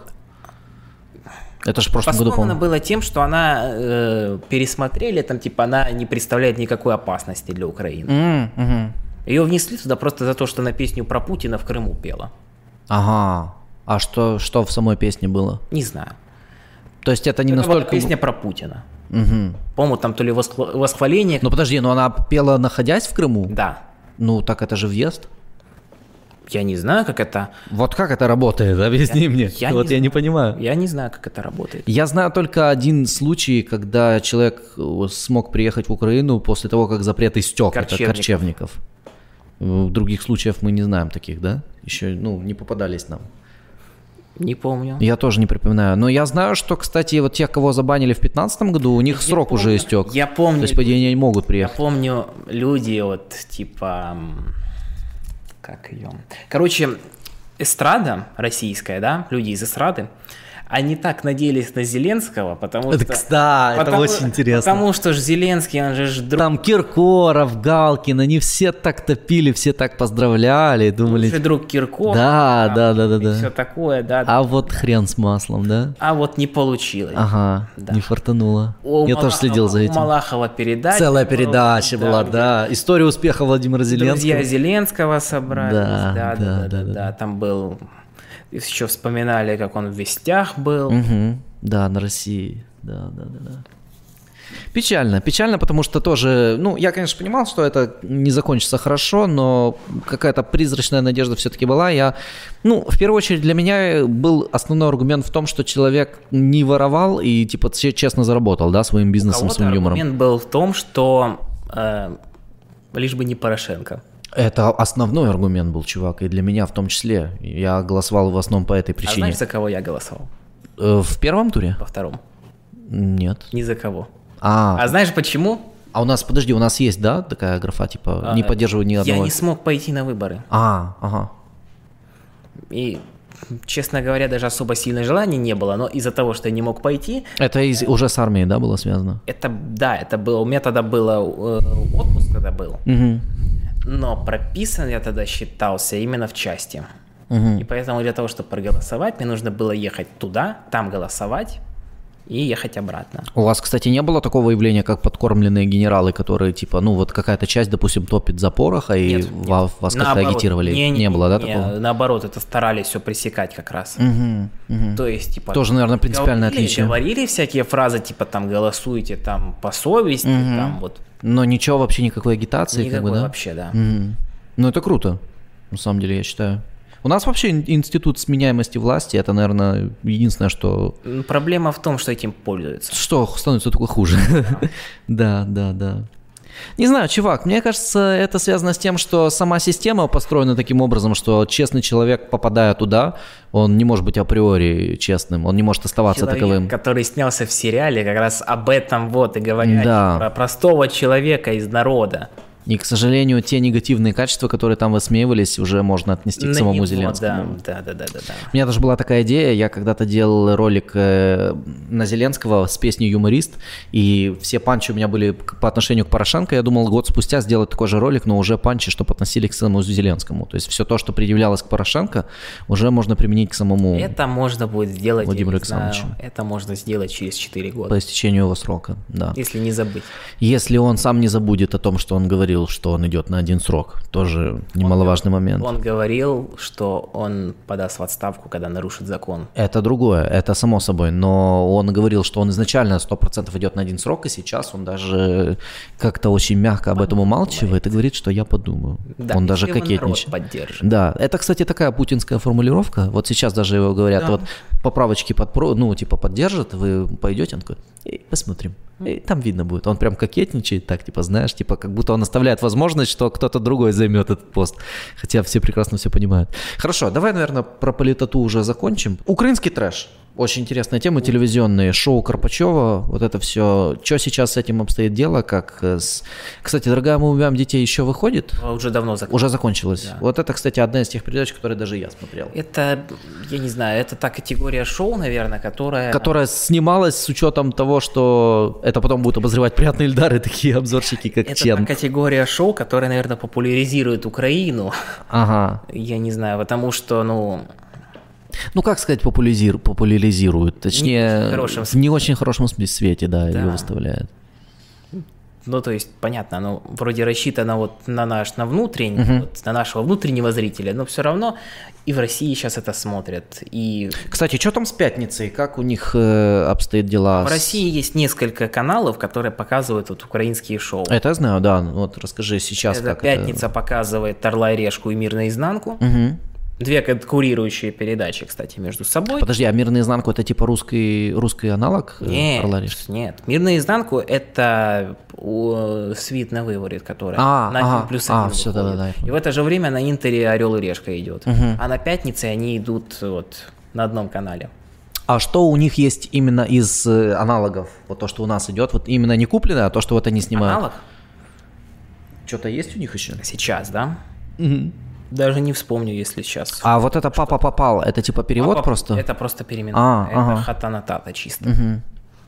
Это же в прошлом году, по-моему. Было тем, что она э, пересмотрели, там типа она не представляет никакой опасности для Украины. Mm, угу. Ее внесли туда просто за то, что она песню про Путина в Крыму пела. Ага. А что, что в самой песне было? Не знаю. То есть это не это настолько... была песня про Путина. Угу. По-моему, там то ли восхвал... восхваление... Ну подожди, но она пела, находясь в Крыму? Да. Ну так это же въезд. Я не знаю, как это... Вот как это работает? Объясни я, мне. Я вот не я не понимаю. Я не знаю, как это работает. Я знаю только один случай, когда человек смог приехать в Украину после того, как запрет истек. Это Корчевников. Других случаев мы не знаем таких, да? Еще, ну, не попадались нам. Не помню. Я тоже не припоминаю. Но я знаю, что, кстати, вот тех, кого забанили в пятнадцатом году, у них я срок помню, уже истек. Я помню. То есть, по идее, они не могут приехать. Я помню люди вот, типа... Как ее? Короче, эстрада российская, да? Люди из эстрады, они так надеялись на Зеленского, потому это, что... Да, потому, это очень интересно. Потому что ж Зеленский, он же ж друг... Там Киркоров, Галкин, они все так топили, все так поздравляли, думали... Он друг Киркоров. Да, там, да, да, да, да. Все такое, да. А вот хрен с маслом, да? А вот не получилось. Ага, да. Не фартануло. У Я Малахова, тоже следил за этим. У Малахова передача. Целая передача была, да. да. История успеха Владимира Зеленского. Друзья Зеленского собрались. Да, да, да, да, да, да, да, да. Там был... Еще вспоминали, как он в «Вестях» был. Угу. Да, на России. Да, да, да, да. Печально, печально, потому что тоже, ну, я, конечно, понимал, что это не закончится хорошо, но какая-то призрачная надежда все-таки была. Я, ну, в первую очередь для меня был основной аргумент в том, что человек не воровал и, типа, честно заработал, да, своим бизнесом, своим юмором. Аргумент был в том, что э, лишь бы не Порошенко. Это основной аргумент был, чувак, и для меня в том числе. Я голосовал в основном по этой причине. А знаешь, за кого я голосовал? В первом туре? Во втором. Нет. Ни за кого. А, а знаешь почему? А у нас, подожди, у нас есть, да, такая графа, типа, а, не поддерживаю ни одного? Я не смог пойти на выборы. А, ага. И, честно говоря, даже особо сильного желания не было, но из-за того, что я не мог пойти... Это из, уже с армией, да, было связано? Это, да, это было, у меня тогда было, э, отпуск тогда был, угу. но прописан я тогда считался именно в части. Угу. И поэтому для того, чтобы проголосовать, мне нужно было ехать туда, там голосовать, и ехать обратно. У вас, кстати, не было такого явления, как подкормленные генералы, которые, типа, ну, вот какая-то часть, допустим, топит за пороха, и нет, вас, нет. вас как-то наоборот. агитировали? Не, не, не было, да, не, такого? Наоборот, это старались все пресекать как раз. Угу, угу. То есть, типа... Тоже, наверное, принципиальное говорили, отличие. Говорили всякие фразы, типа, там, голосуйте, там, по совести, угу. там, вот. Но ничего вообще, никакой агитации, Никакой как бы, да? вообще, да. Угу. Ну, это круто, на самом деле, я считаю. У нас вообще институт сменяемости власти, это, наверное, единственное, что... Проблема в том, что этим пользуются. Что становится только хуже. Да, да, да. Не знаю, чувак, мне кажется, это связано с тем, что сама система построена таким образом, что честный человек, попадая туда, он не может быть априори честным, он не может оставаться человек, таковым. Который снялся в сериале, как раз об этом вот и говорят, да. Про простого человека из народа. И, к сожалению, те негативные качества, которые там высмеивались, уже можно отнести на к самому него, Зеленскому. Да, да, да, да, да. У меня даже была такая идея, я когда-то делал ролик на Зеленского с песней «Юморист», и все панчи у меня были по отношению к Порошенко, я думал год спустя сделать такой же ролик, но уже панчи, чтобы относились к самому Зеленскому. То есть все то, что предъявлялось к Порошенко, уже можно применить к самому Это можно будет сделать, Владимиру я не знаю, Александровичу. это можно сделать через четыре года. По истечению его срока, да. Если не забыть. Если он сам не забудет о том, что он говорил, что он идет на один срок, тоже немаловажный он, момент. Он говорил, что он подаст в отставку, когда нарушит закон. Это другое, это само собой, но он говорил, что он изначально сто процентов идет на один срок, и сейчас он даже как-то очень мягко об этом умалчивает и говорит, что я подумаю. Да, он даже кокетничает. Поддержит. Да, это, кстати, такая путинская формулировка. Вот сейчас даже его говорят, да. вот поправочки под, ну, типа поддержат, вы пойдете, он такой, эй, посмотрим. И там видно будет. Он прям кокетничает, так, типа, знаешь, типа, как будто он оставляет возможность, что кто-то другой займет этот пост. Хотя все прекрасно все понимают. Хорошо, давай, наверное, про политоту уже закончим. Украинский трэш. Очень интересная тема, телевизионные, шоу Карпачева, вот это все. Что сейчас с этим обстоит дело? Как с... Кстати, «Дорогая, мы убиваем детей» еще выходит? Уже давно закончилось. Уже закончилось. Да. Вот это, кстати, одна из тех передач, которые даже я смотрел. Это, я не знаю, это та категория шоу, наверное, которая... Которая снималась с учетом того, что это потом будут обозревать приятные Ильдары, такие обзорщики, как это Чен. Это та категория шоу, которая, наверное, популяризирует Украину. Ага. Я не знаю, потому что, ну... Ну, как сказать, популяризируют, популяризируют. Точнее, не очень в не очень хорошем свете, да, да. ее выставляют. Ну, то есть, понятно, оно вроде рассчитано вот на наш, на внутренний, uh-huh. вот, на нашего внутреннего зрителя, но все равно и в России сейчас это смотрят. И... Кстати, что там с пятницей? Как у них э, обстоят дела? В с... России есть несколько каналов, которые показывают вот украинские шоу. Это я знаю, да. Вот расскажи сейчас, это как «Пятница» это... показывает «Орла и решку» и «Мир наизнанку». Угу. Две конкурирующие передачи, кстати, между собой. Подожди, а «Мир наизнанку» это типа русский, русский аналог нет, «Орла и решки»? Нет, «Мир наизнанку» это «Свит на выворот», которая а, на ага, один плюс а, один все, да, да, да. И в это же время на Интере «Орел и решка» идет. Угу. А на «Пятнице» они идут вот на одном канале. А что у них есть именно из аналогов? Вот то, что у нас идет, вот именно не купленное, а то, что вот они снимают. Аналог? Что-то есть у них еще? Сейчас, да? Угу. Даже не вспомню, если сейчас. А вот это «Папа попал», это типа перевод Папа, просто? Это просто переименование. А, это ага. хатана-тата чисто. Угу.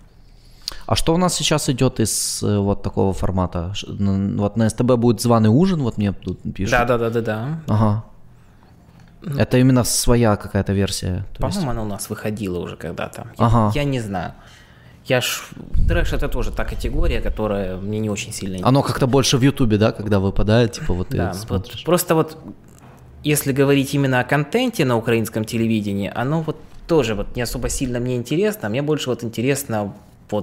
А что у нас сейчас идет из вот такого формата? Вот на СТБ будет «Званый ужин», вот мне тут пишут. Да-да-да-да-да. Ага. Ну, это именно своя какая-то версия? По-моему, есть... она у нас выходила уже когда-то. Ага. Я, я не знаю. Я ж... Трэш — это тоже та категория, которая мне не очень сильно интересна. Оно как-то больше в Ютубе, да, когда выпадает, типа вот да, ты смотришь. Вот, просто вот, если говорить именно о контенте на украинском телевидении, оно вот тоже вот не особо сильно мне интересно. Мне больше вот интересно вот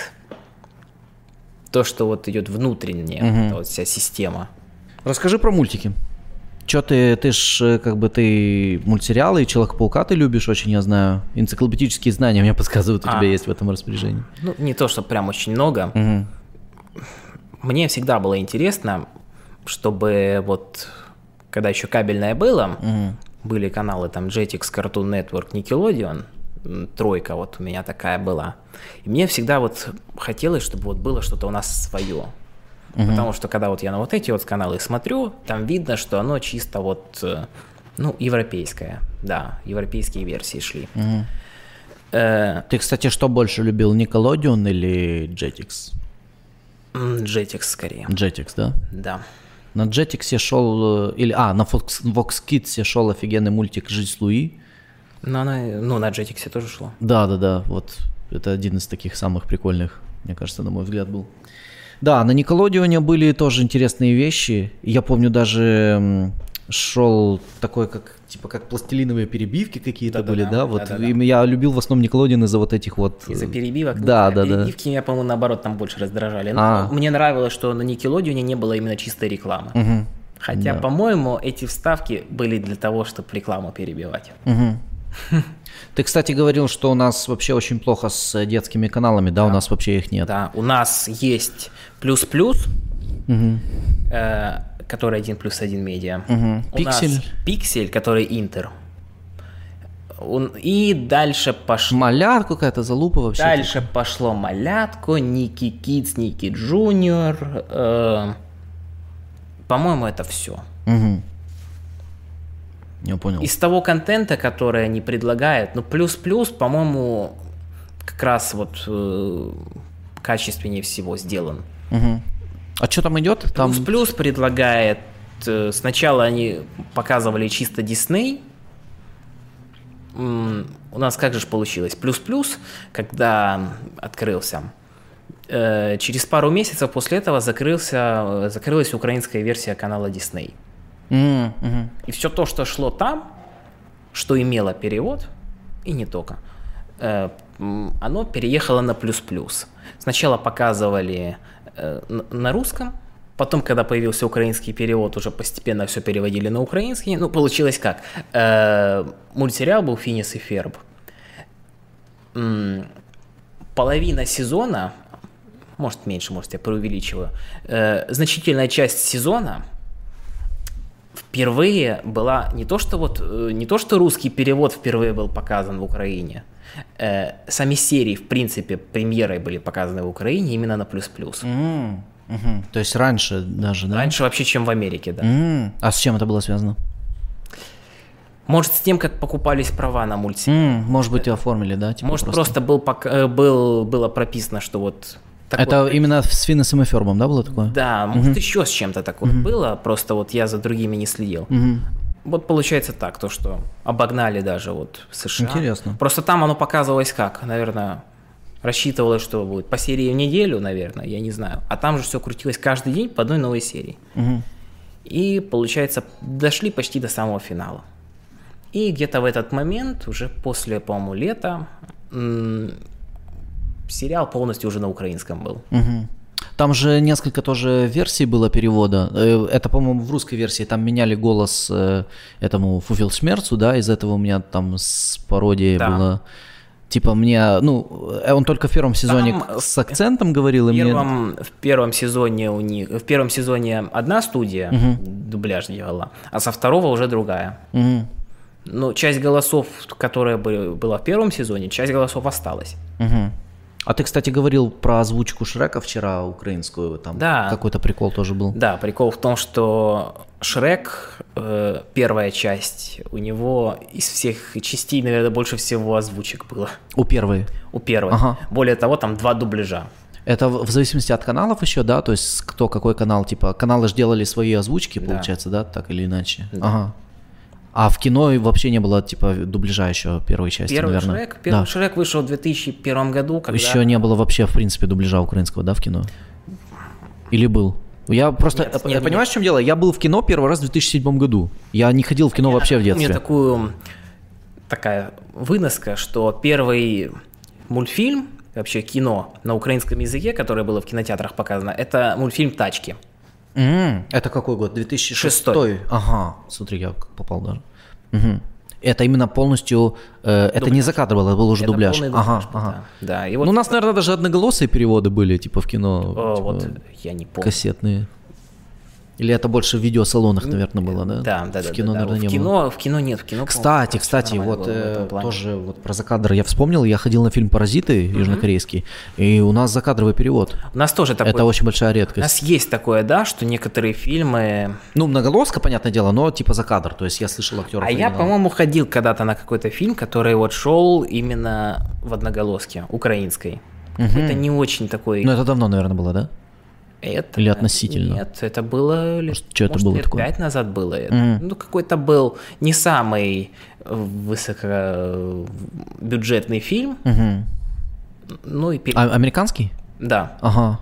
то, что вот идет внутренне, угу. вот, вот вся система. Расскажи про мультики. Че ты, ты ж как бы ты мультсериалы и Человека-паука ты любишь очень, я знаю. Энциклопедические знания мне подсказывают, у а, тебя есть в этом распоряжении. Ну, не то, что прям очень много. Угу. Мне всегда было интересно чтобы вот, когда еще кабельное было, Мгм. были каналы там Jetix, Cartoon Network, Nickelodeon, м, тройка вот у меня такая была. И мне всегда вот хотелось, чтобы вот было что-то у нас свое. Потому что когда вот я на вот эти вот каналы смотрю, там видно, что оно чисто вот, э, ну, европейское. Да, европейские версии шли. Мгм. Э, Ты, кстати, что больше любил, Nickelodeon или Jetix? м, Jetix скорее. Jetix, да? Да. На Jetix шел, э, или, а, на Fox, Vox Kids шел офигенный мультик «Жизнь с Луи». Но она, ну, на Jetix тоже шло. Да-да-да, вот это один из таких самых прикольных, мне кажется, на мой взгляд, был. Да, на Nickelodeon были тоже интересные вещи. Я помню, даже м, шел такой, как типа как пластилиновые перебивки какие-то Да-да-да, были, да, вот. да-да-да. И я любил в основном Nickelodeon из-за вот этих вот. э, Из-за перебивок. Да, а да, да. перебивки меня, по-моему, наоборот, там больше раздражали. Но А. мне нравилось, что на Nickelodeon не было именно чистой рекламы. Мгм. Хотя, Да. по-моему, эти вставки были для того, чтобы рекламу перебивать. Мгм. Ты, кстати, говорил, что у нас вообще очень плохо с детскими каналами, да, у нас вообще их нет. Да, у нас есть плюс-плюс, Мгм. э, который один плюс один медиа. Мгм. У нас Пиксель. Пиксель, который Интер. Он- И дальше пошло. Малярка какая-то, залупа вообще. Дальше пошло Малятко, Ники Кидс, Ники Джуниор. э, По-моему, это все. Мгм. Я понял. Из того контента, который они предлагают, ну, плюс-плюс, по-моему, как раз вот э, качественнее всего сделан. Мгм. А что там идет? Там... Плюс-плюс предлагает, э, сначала они показывали чисто Дисней. М, У нас как же ж получилось? Плюс-плюс, когда открылся, э, через пару месяцев после этого закрылся, закрылась украинская версия канала Дисней. М, мгм. И все то, что шло там, что имело перевод, и не только, э, м, оно переехало на плюс-плюс. Сначала показывали э, н- на русском, потом, когда появился украинский перевод, уже постепенно все переводили на украинский. Ну, получилось как? Э, Мультсериал был «Финес и Ферб». М, Половина сезона, может меньше, может я преувеличиваю, э, значительная часть сезона впервые была не то, что вот э, не то, что русский перевод впервые был показан в Украине. э, Сами серии, в принципе, премьерой были показаны в Украине именно на плюс-плюс. М, мгм. То есть раньше даже, да? Раньше вообще, чем в Америке, да. М, А с чем это было связано? Может, с тем, как покупались права на мультсериал. М, Может быть, оформили, да? типа Может, просто, был, пок- э, был, было прописано, что вот... такой- Это именно с Финнесом и Фербом, да, было такое? Да, может, еще с чем-то такое было, просто вот я за другими не следил. Мгм. Вот получается так, то, что обогнали даже вот в США. Интересно. Просто там оно показывалось как, наверное, рассчитывалось, что будет по серии в неделю, наверное, я не знаю. А там же все крутилось каждый день по одной новой серии. Мгм. И, получается, дошли почти до самого финала. И где-то в этот момент, уже после, по-моему, лета, м, сериал полностью уже на украинском был. Мгм. Там же несколько тоже версий было перевода. Э, Это, по-моему, в русской версии. Там меняли голос э, этому Фуфелшмерцу, да, из этого у меня там с пародией Да. было. Типа мне, ну, э, он только в первом сезоне Там, к- с акцентом говорил, В и мне... первом, в первом сезоне у них, в первом сезоне одна студия дубляж делала, а со второго уже другая. Мгм. Ну, часть голосов, которая бы- была в первом сезоне, часть голосов осталась. Мгм. А ты, кстати, говорил про озвучку Шрека вчера, украинскую, там Да. какой-то прикол тоже был. Да, прикол в том, что Шрек, э, первая часть, у него из всех частей, наверное, больше всего озвучек было. У первой. У первой. Ага. Более того, там два дубляжа. Это в в зависимости от каналов еще, да? То есть кто какой канал, типа, каналы же делали свои озвучки, Да. получается, да, так или иначе? Да. Ага. А в кино и вообще не было, типа, дубляжа еще первой части, Первый наверное? Шрек, первый Да. Шрек вышел в две тысячи первом году, когда... Еще не было вообще, в принципе, дубляжа украинского, да, в кино? Или был? Я просто, Нет, я, нет, понимаешь, нет. в чем дело? Я был в кино первый раз в две тысячи седьмом году. Я не ходил в кино вообще в У детстве. меня такую, такая выноска, что первый мультфильм, вообще кино на украинском языке, которое было в кинотеатрах показано, это мультфильм «Тачки». М, Это какой год? две тысячи шестой? Шестой. Ага, смотри, я как попал даже. Мгм. Это именно полностью, э, это не закадровало, это был уже Это дубляж. полный Ага, дубляж был, ага. да. Да, и вот, Ну, у нас, наверное, даже одноголосые переводы были, типа в кино, э, типа, вот я не помню. кассетные. Или это больше в видеосалонах, наверное, было, да? Да, да, в да. кино, да, наверное, в не кино, было. В кино нет, в кино. Кстати, кстати, вот э, тоже вот про закадр я вспомнил, я ходил на фильм «Паразиты» mm-hmm. южнокорейский, и у нас закадровый перевод. У нас тоже такое. Это очень большая редкость. У нас есть такое, да, что некоторые фильмы... Ну, многоголоска, понятное дело, но типа закадр, то есть я слышал актеров. А я, по-моему, ходил когда-то на какой-то фильм, который вот шел именно в одноголоске, украинской. Mm-hmm. Это не очень такой... Ну, это давно, наверное, было, да? Это, Или относительно? Нет, это было лет, что это может, было лет такое? пять назад было. Это. Mm. Ну, какой-то был не самый высокобюджетный фильм. Mm-hmm. Ну, и... А, американский? Да. Ага.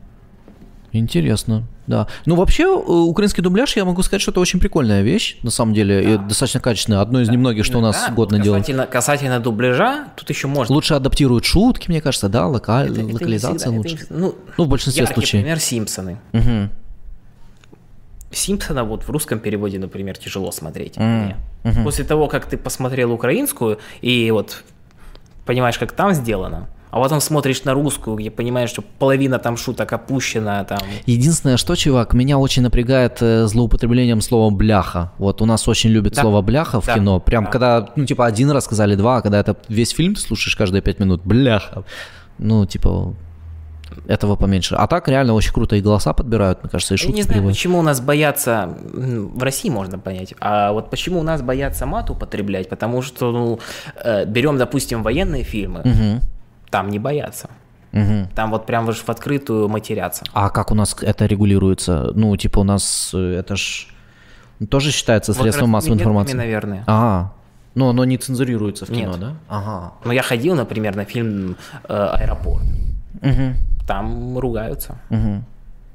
Интересно, да. Ну, вообще, украинский дубляж, я могу сказать, что это очень прикольная вещь, на самом деле, да. И достаточно качественная. Одно из да. немногих, что у нас да. годно вот делать. Касательно, касательно дубляжа, тут еще можно. Лучше адаптируют шутки, мне кажется, да, лока... это, локализация это лучше. Это, ну, ну, в большинстве яркий случаев. Например, «Симпсоны». Угу. «Симпсона» вот в русском переводе, например, тяжело смотреть. Mm. Uh-huh. После того, как ты посмотрел украинскую и вот понимаешь, как там сделано, а потом смотришь на русскую, где понимаешь, что половина там шуток опущена. Там. Единственное, что, чувак, меня очень напрягает э, злоупотреблением слова «бляха». Вот у нас очень любят да. слово «бляха» в да. кино. Прям да. когда, ну, типа, один раз сказали, два, а когда это весь фильм ты слушаешь каждые пять минут «бляха». Ну, типа... Этого поменьше. А так реально очень круто и голоса подбирают, мне кажется, и шутки. Я не знаю, переводят. Почему у нас боятся, в России можно понять, а вот почему у нас боятся мат употреблять, потому что, ну, берем, допустим, военные фильмы, угу. там не боятся. Угу. Там вот прям в открытую матерятся. А как у нас это регулируется? Ну, типа у нас это ж тоже считается средством вот массовой информации? Наверное. Ага. Но оно не цензурируется в кино, Нет. да? Ага. Ну, я ходил, например, на фильм «Аэропорт». Угу. Там ругаются. Угу.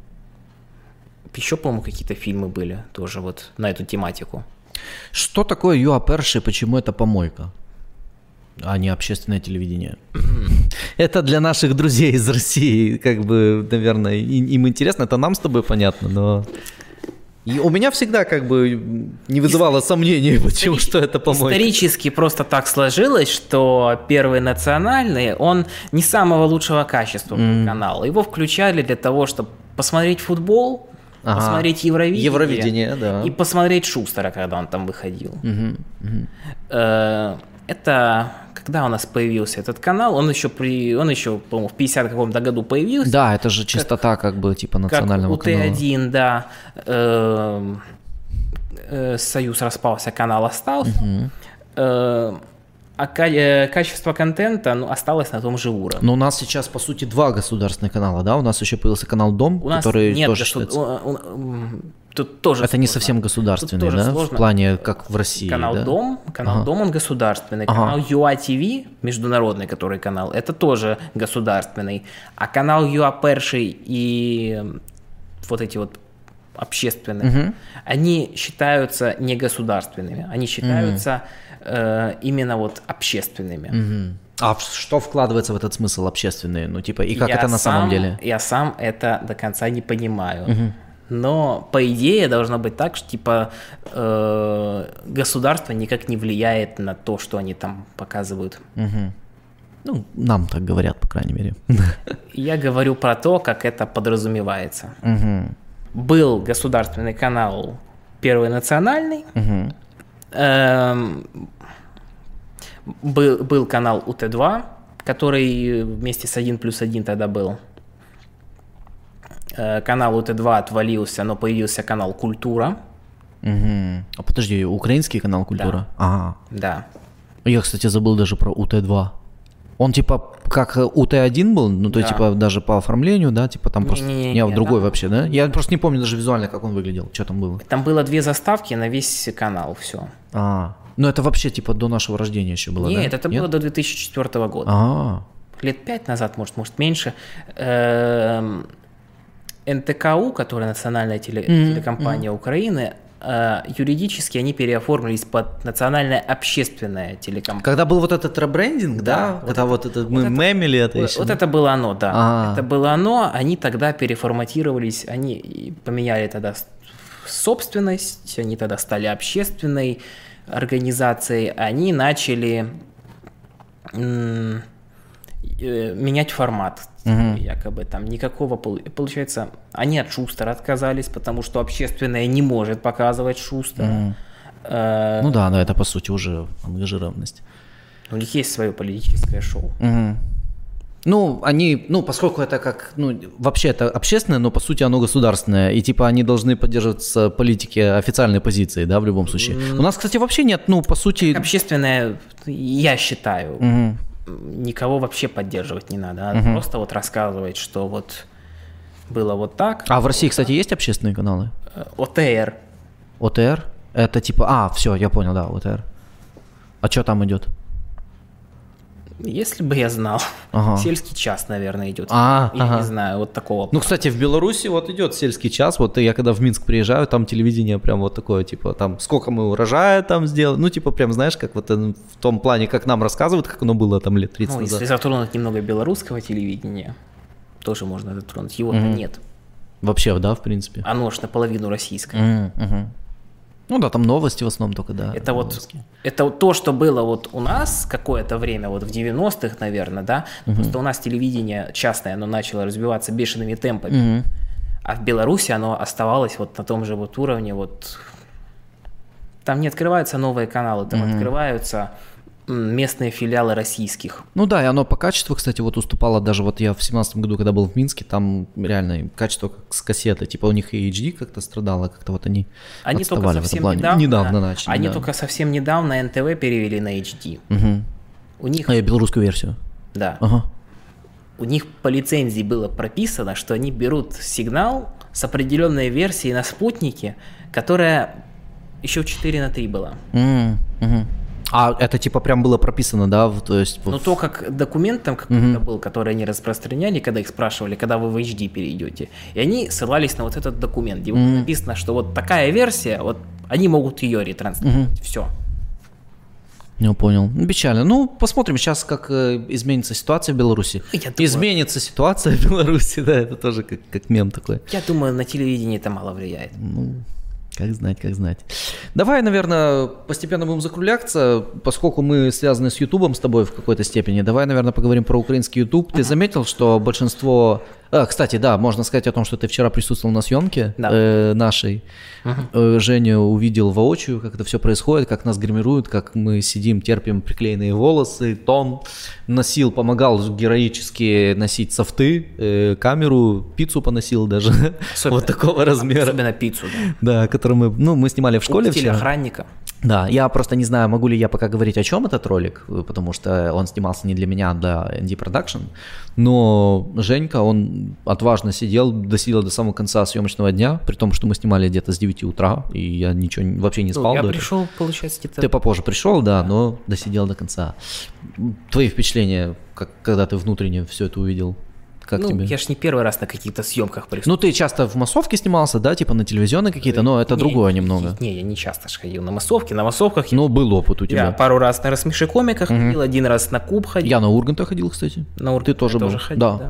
Еще, по-моему, какие-то фильмы были тоже вот на эту тематику. Что такое ЮА Перший, почему это помойка, а не общественное телевидение? Mm-hmm. Это для наших друзей из России, как бы, наверное, им интересно. Это нам с тобой понятно, но... И у меня всегда как бы не вызывало сомнений, почему Истори- что это помойка. Исторически просто так сложилось, что Первый национальный, он не самого лучшего качества mm. канал. Его включали для того, чтобы посмотреть футбол, ага. посмотреть Евровидение, Евровидение да. и посмотреть Шустера, когда он там выходил. Mm-hmm. Mm-hmm. Это... Когда у нас появился этот канал, он еще, при, он еще по-моему, в пятидесятом каком-то году появился. Да, это же чистота как, как бы типа национального как канала. У Т один, да. Э, э, Союз распался, канал остался. Угу. Э, а качество контента ну, осталось на том же уровне. Но у нас сейчас, по сути, два государственных канала, да? У нас еще появился канал Дом, у который нет тоже госу... считается... у, у, Тут тоже это сложно. Не совсем государственный, тоже да? Сложно. В плане, как в России, канал да? Дом, канал ага. Дом, он государственный. Ага. Канал ЮА ТВ, международный который канал, это тоже государственный. А канал ЮА Перший и вот эти вот общественные, угу. они считаются не государственными, они считаются угу. э, именно вот общественными. Угу. А что вкладывается в этот смысл общественные? Ну типа, и как я это на сам, самом деле? Я сам это до конца не понимаю. Угу. Но по идее должно быть так, что типа э, государство никак не влияет на то, что они там показывают. Угу. Ну, нам так говорят, по крайней мере. Я говорю про то, как это подразумевается. Угу. Был государственный канал Первый национальный, угу. э, был, был канал У Т два, который вместе с один плюс один тогда был. Канал У Т два отвалился, но появился канал Культура. Угу. А подожди, украинский канал Культура? Да. Ага. Да. Я, кстати, забыл даже про У Т два. Он типа как У Т один был, ну то да. типа даже по оформлению, да, типа там не, просто не, не, не, не другой там... вообще, да? Я просто не помню даже визуально, как он выглядел, что там было. Там было две заставки на весь канал, все. А, ну это вообще типа до нашего рождения еще было, Нет, да? это Нет? было до две тысячи четвёртого года. А. Лет пять назад, может, может меньше. Эн Тэ Ка У, которая национальная теле- mm-hmm. телекомпания mm-hmm. Украины, э, юридически они переоформились под национальная общественная телекомпания. Когда был вот этот ребрендинг, да? да? Вот Когда это, вот это вот мы это, мемили это вот, еще. Вот это было оно, да. А-а-а. Это было оно, они тогда переформатировались, они поменяли тогда собственность, они тогда стали общественной организацией, они начали... М- э, менять формат, uh-huh. якобы там никакого, получается, они от Шустера отказались, потому что общественное не может показывать Шустера. Uh-huh. э- ну да, да, это по сути уже ангажированность. У них есть свое политическое шоу. Uh-huh. Ну, они, ну, поскольку это как, ну, вообще это общественное, но по сути оно государственное, и типа они должны поддерживаться политики официальной позиции, да, в любом случае. Mm. У нас, кстати, вообще нет, ну, по сути... Как общественное, я считаю, mm-hmm. никого вообще поддерживать не надо, а mm-hmm. просто вот рассказывать, что вот было вот так. А в России, кстати, есть общественные каналы? ОТР. ОТР? Это типа, а, все, я понял, да, ОТР. А что там идет? Если бы я знал. Ага. Сельский час, наверное, идет. А, я ага. не знаю, вот такого. Ну, кстати, в Беларуси вот идет сельский час. Вот я когда в Минск приезжаю, там телевидение прям вот такое, типа, там, сколько мы урожая там сделали. Ну, типа, прям, знаешь, как вот в том плане, как нам рассказывают, как оно было там лет тридцать ну, назад. Если затронуть немного белорусского телевидения, тоже можно затронуть. Его-то mm-hmm. нет. Вообще, да, в принципе. Оно ж наполовину российское. Mm-hmm. Ну да, там новости в основном только, да. Это вот, это вот то, что было вот у нас какое-то время, вот в девяностых, наверное, да, uh-huh. просто у нас телевидение частное, оно начало развиваться бешеными темпами, uh-huh. а в Беларуси оно оставалось вот на том же вот уровне, вот там не открываются новые каналы, там uh-huh. открываются местные филиалы российских. Ну да, и оно по качеству, кстати, вот уступало даже вот я в семнадцатом году, когда был в Минске, там реально качество как с кассеты, типа у них и эйч ди как-то страдало, как-то вот они Они только совсем недавно, недавно начали. Они да. только совсем недавно эн тэ вэ перевели на эйч ди. Угу. У них... А я белорусскую версию. Да. Ага. У них по лицензии было прописано, что они берут сигнал с определенной версией на спутнике, которая еще в четыре на три была. Угу. А это типа прям было прописано, да? То есть... Ну то, как документ там какой-то uh-huh. был, который они распространяли, когда их спрашивали, когда вы в эйч ди перейдете. И они ссылались на вот этот документ, где uh-huh. написано, что вот такая версия, вот они могут ее ретранслировать. Uh-huh. Все. Не понял. Печально. Ну, посмотрим сейчас, как э, изменится ситуация в Беларуси. Я изменится думаю... ситуация в Беларуси, да, это тоже как, как мем такой. Я думаю, на телевидении это мало влияет. Ну... Как знать, как знать. Давай, наверное, постепенно будем закругляться, поскольку мы связаны с Ютубом с тобой в какой-то степени. Давай, наверное, поговорим про украинский Ютуб. Ты заметил, что большинство... А, кстати, да, можно сказать о том, что ты вчера присутствовал на съемке да. э, нашей. Uh-huh. Женя увидел воочию, как это все происходит, как нас гримируют, как мы сидим, терпим приклеенные волосы, тон. Носил, помогал героически носить софты, э, камеру, пиццу поносил даже. Особенно, вот такого размера. Особенно пиццу, да. Да, который мы, ну, мы снимали в школе вчера. Охранника. Да, я просто не знаю, могу ли я пока говорить, о чем этот ролик, потому что он снимался не для меня, а для эн ди Production, но Женька, он отважно сидел, досидел до самого конца съемочного дня, при том, что мы снимали где-то с девяти утра, и я ничего вообще не спал. Ну, я до пришел, этого. Получается, где-то... Ты попозже пришел, да, да, но досидел до конца. Твои впечатления, как, когда ты внутренне все это увидел? Как ну, тебе? Я ж не первый раз на каких-то съемках присутствовал. Ну, ты часто в массовке снимался, да, типа на телевизионные какие-то, но это не, другое немного. Не, я не часто ж ходил на массовки. На массовках... Ну, был опыт у тебя. Я пару раз на «Рассмеши комика» угу. ходил, один раз на Куб ходил. Я на Урганта ходил, кстати. На Урганта ты тоже, тоже был. ходил, да. да.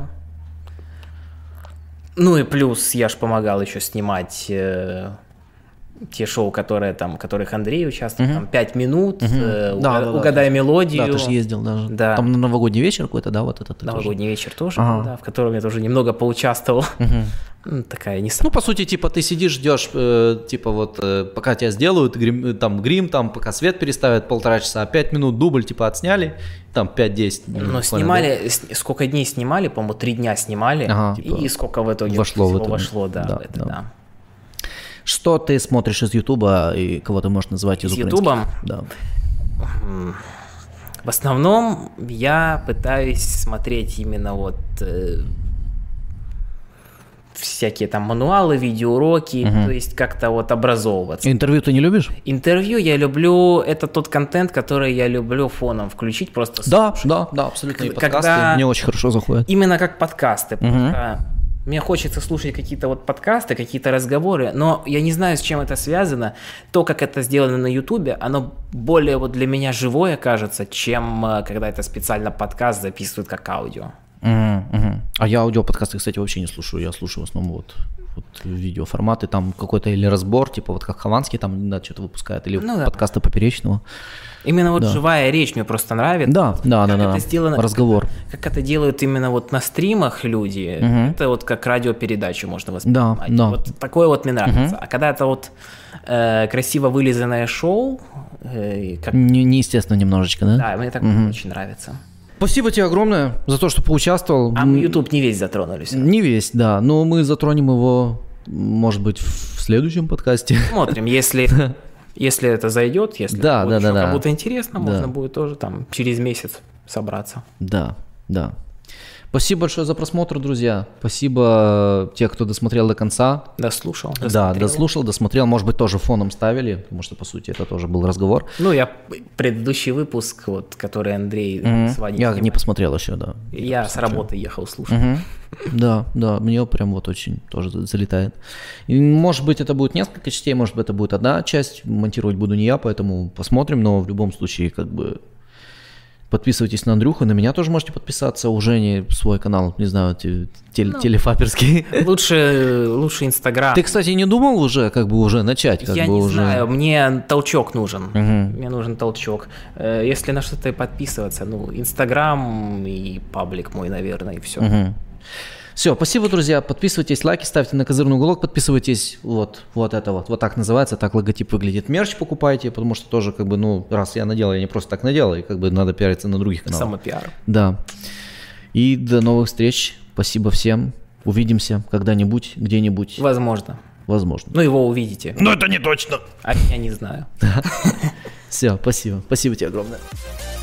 Ну и плюс я ж помогал еще снимать... Э- те шоу, которые там, которых Андрей участвовал, uh-huh. там пять минут, uh-huh. э, да, угад... да, да, угадай да. мелодию. Да, ты же ездил даже. Да. Там на новогодний вечер какой-то, да, вот этот. Новогодний тоже. вечер тоже, ага. да, в котором я тоже немного поучаствовал. Uh-huh. ну, такая не Ну, по сути, типа, ты сидишь, ждешь, э, типа, вот, э, пока тебя сделают, грим, там, грим, там, пока свет переставят полтора часа, пять минут дубль, типа, отсняли, там, пять-десять. Ну, снимали, да? Сколько дней снимали, по-моему, три дня снимали, ага, типа, и сколько в итоге вошло, всего в итоге. вошло, да, да, в это, да. да. Что ты смотришь из Ютуба и кого ты можешь назвать из украинских? С Ютубом? Да. В основном я пытаюсь смотреть именно вот э, всякие там мануалы, видеоуроки, угу. то есть как-то вот образовываться. Интервью ты не любишь? Интервью я люблю, это тот контент, который я люблю фоном включить, просто да, слушать. Да, да, абсолютно. И Когда... подкасты мне очень хорошо заходят. Именно как подкасты, угу. просто... Мне хочется слушать какие-то вот подкасты, какие-то разговоры, но я не знаю, с чем это связано. То, как это сделано на Ютубе, оно более вот для меня живое кажется, чем когда это специально подкаст записывают как аудио. Uh-huh, uh-huh. А я аудиоподкасты, кстати, вообще не слушаю. Я слушаю в основном вот, вот видеоформаты. Там какой-то или разбор, типа вот как Хованский там да, что-то выпускает, или ну, подкасты да. Поперечного. Именно вот да. живая речь мне просто нравится. Да, да, как да, это да. Сделано, разговор. Как, как это делают именно вот на стримах люди, uh-huh. это вот как радиопередачу можно воспринимать. Да, да. Вот такое вот мне нравится. Uh-huh. А когда это вот э, красиво вылизанное шоу... Э, как... Не, неестественно немножечко, да? Да, мне так uh-huh. очень нравится. Спасибо тебе огромное за то, что поучаствовал. А мы YouTube не весь затронулись. Не весь, да. Но мы затронем его, может быть, в следующем подкасте. Смотрим, если... Если это зайдет, если да, будет да, да, кому-то да. интересно, да. можно будет тоже там через месяц собраться. Да, да. Спасибо большое за просмотр, друзья. Спасибо те, кто досмотрел до конца. Дослушал. Досмотрел. Да, дослушал, досмотрел. Может быть, тоже фоном ставили, потому что, по сути, это тоже был разговор. Ну, я предыдущий выпуск, вот, который Андрей mm-hmm. с Вадей Я снимает. не посмотрел еще, да. Я с работы ехал, слушал. Mm-hmm. Да, да, мне прям вот очень тоже залетает. И, может быть, это будет несколько частей, может быть, это будет одна часть. Монтировать буду не я, поэтому посмотрим, но в любом случае, как бы... Подписывайтесь на Андрюху, на меня тоже можете подписаться, у Жени свой канал, не знаю, теле, ну, телефаперский. Лучше, лучше Инстаграм. Ты, кстати, не думал уже, как бы уже начать? Как Я бы не уже... знаю, мне толчок нужен, угу. мне нужен толчок. Если на что-то подписываться, ну, Инстаграм и паблик мой, наверное, и все. Угу. Все, спасибо, друзья. Подписывайтесь, лайки ставьте на козырный уголок, подписывайтесь. Вот, вот это вот, вот так называется, так логотип выглядит. Мерч покупайте, потому что тоже, как бы, ну, раз я надел, я не просто так надел, и как бы надо пиариться на других каналах. Самопиар. Да. И до новых встреч. Спасибо всем. Увидимся когда-нибудь, где-нибудь. Возможно. Возможно. Ну, его увидите. Но это не точно. А я не знаю. Все, спасибо. Спасибо тебе огромное.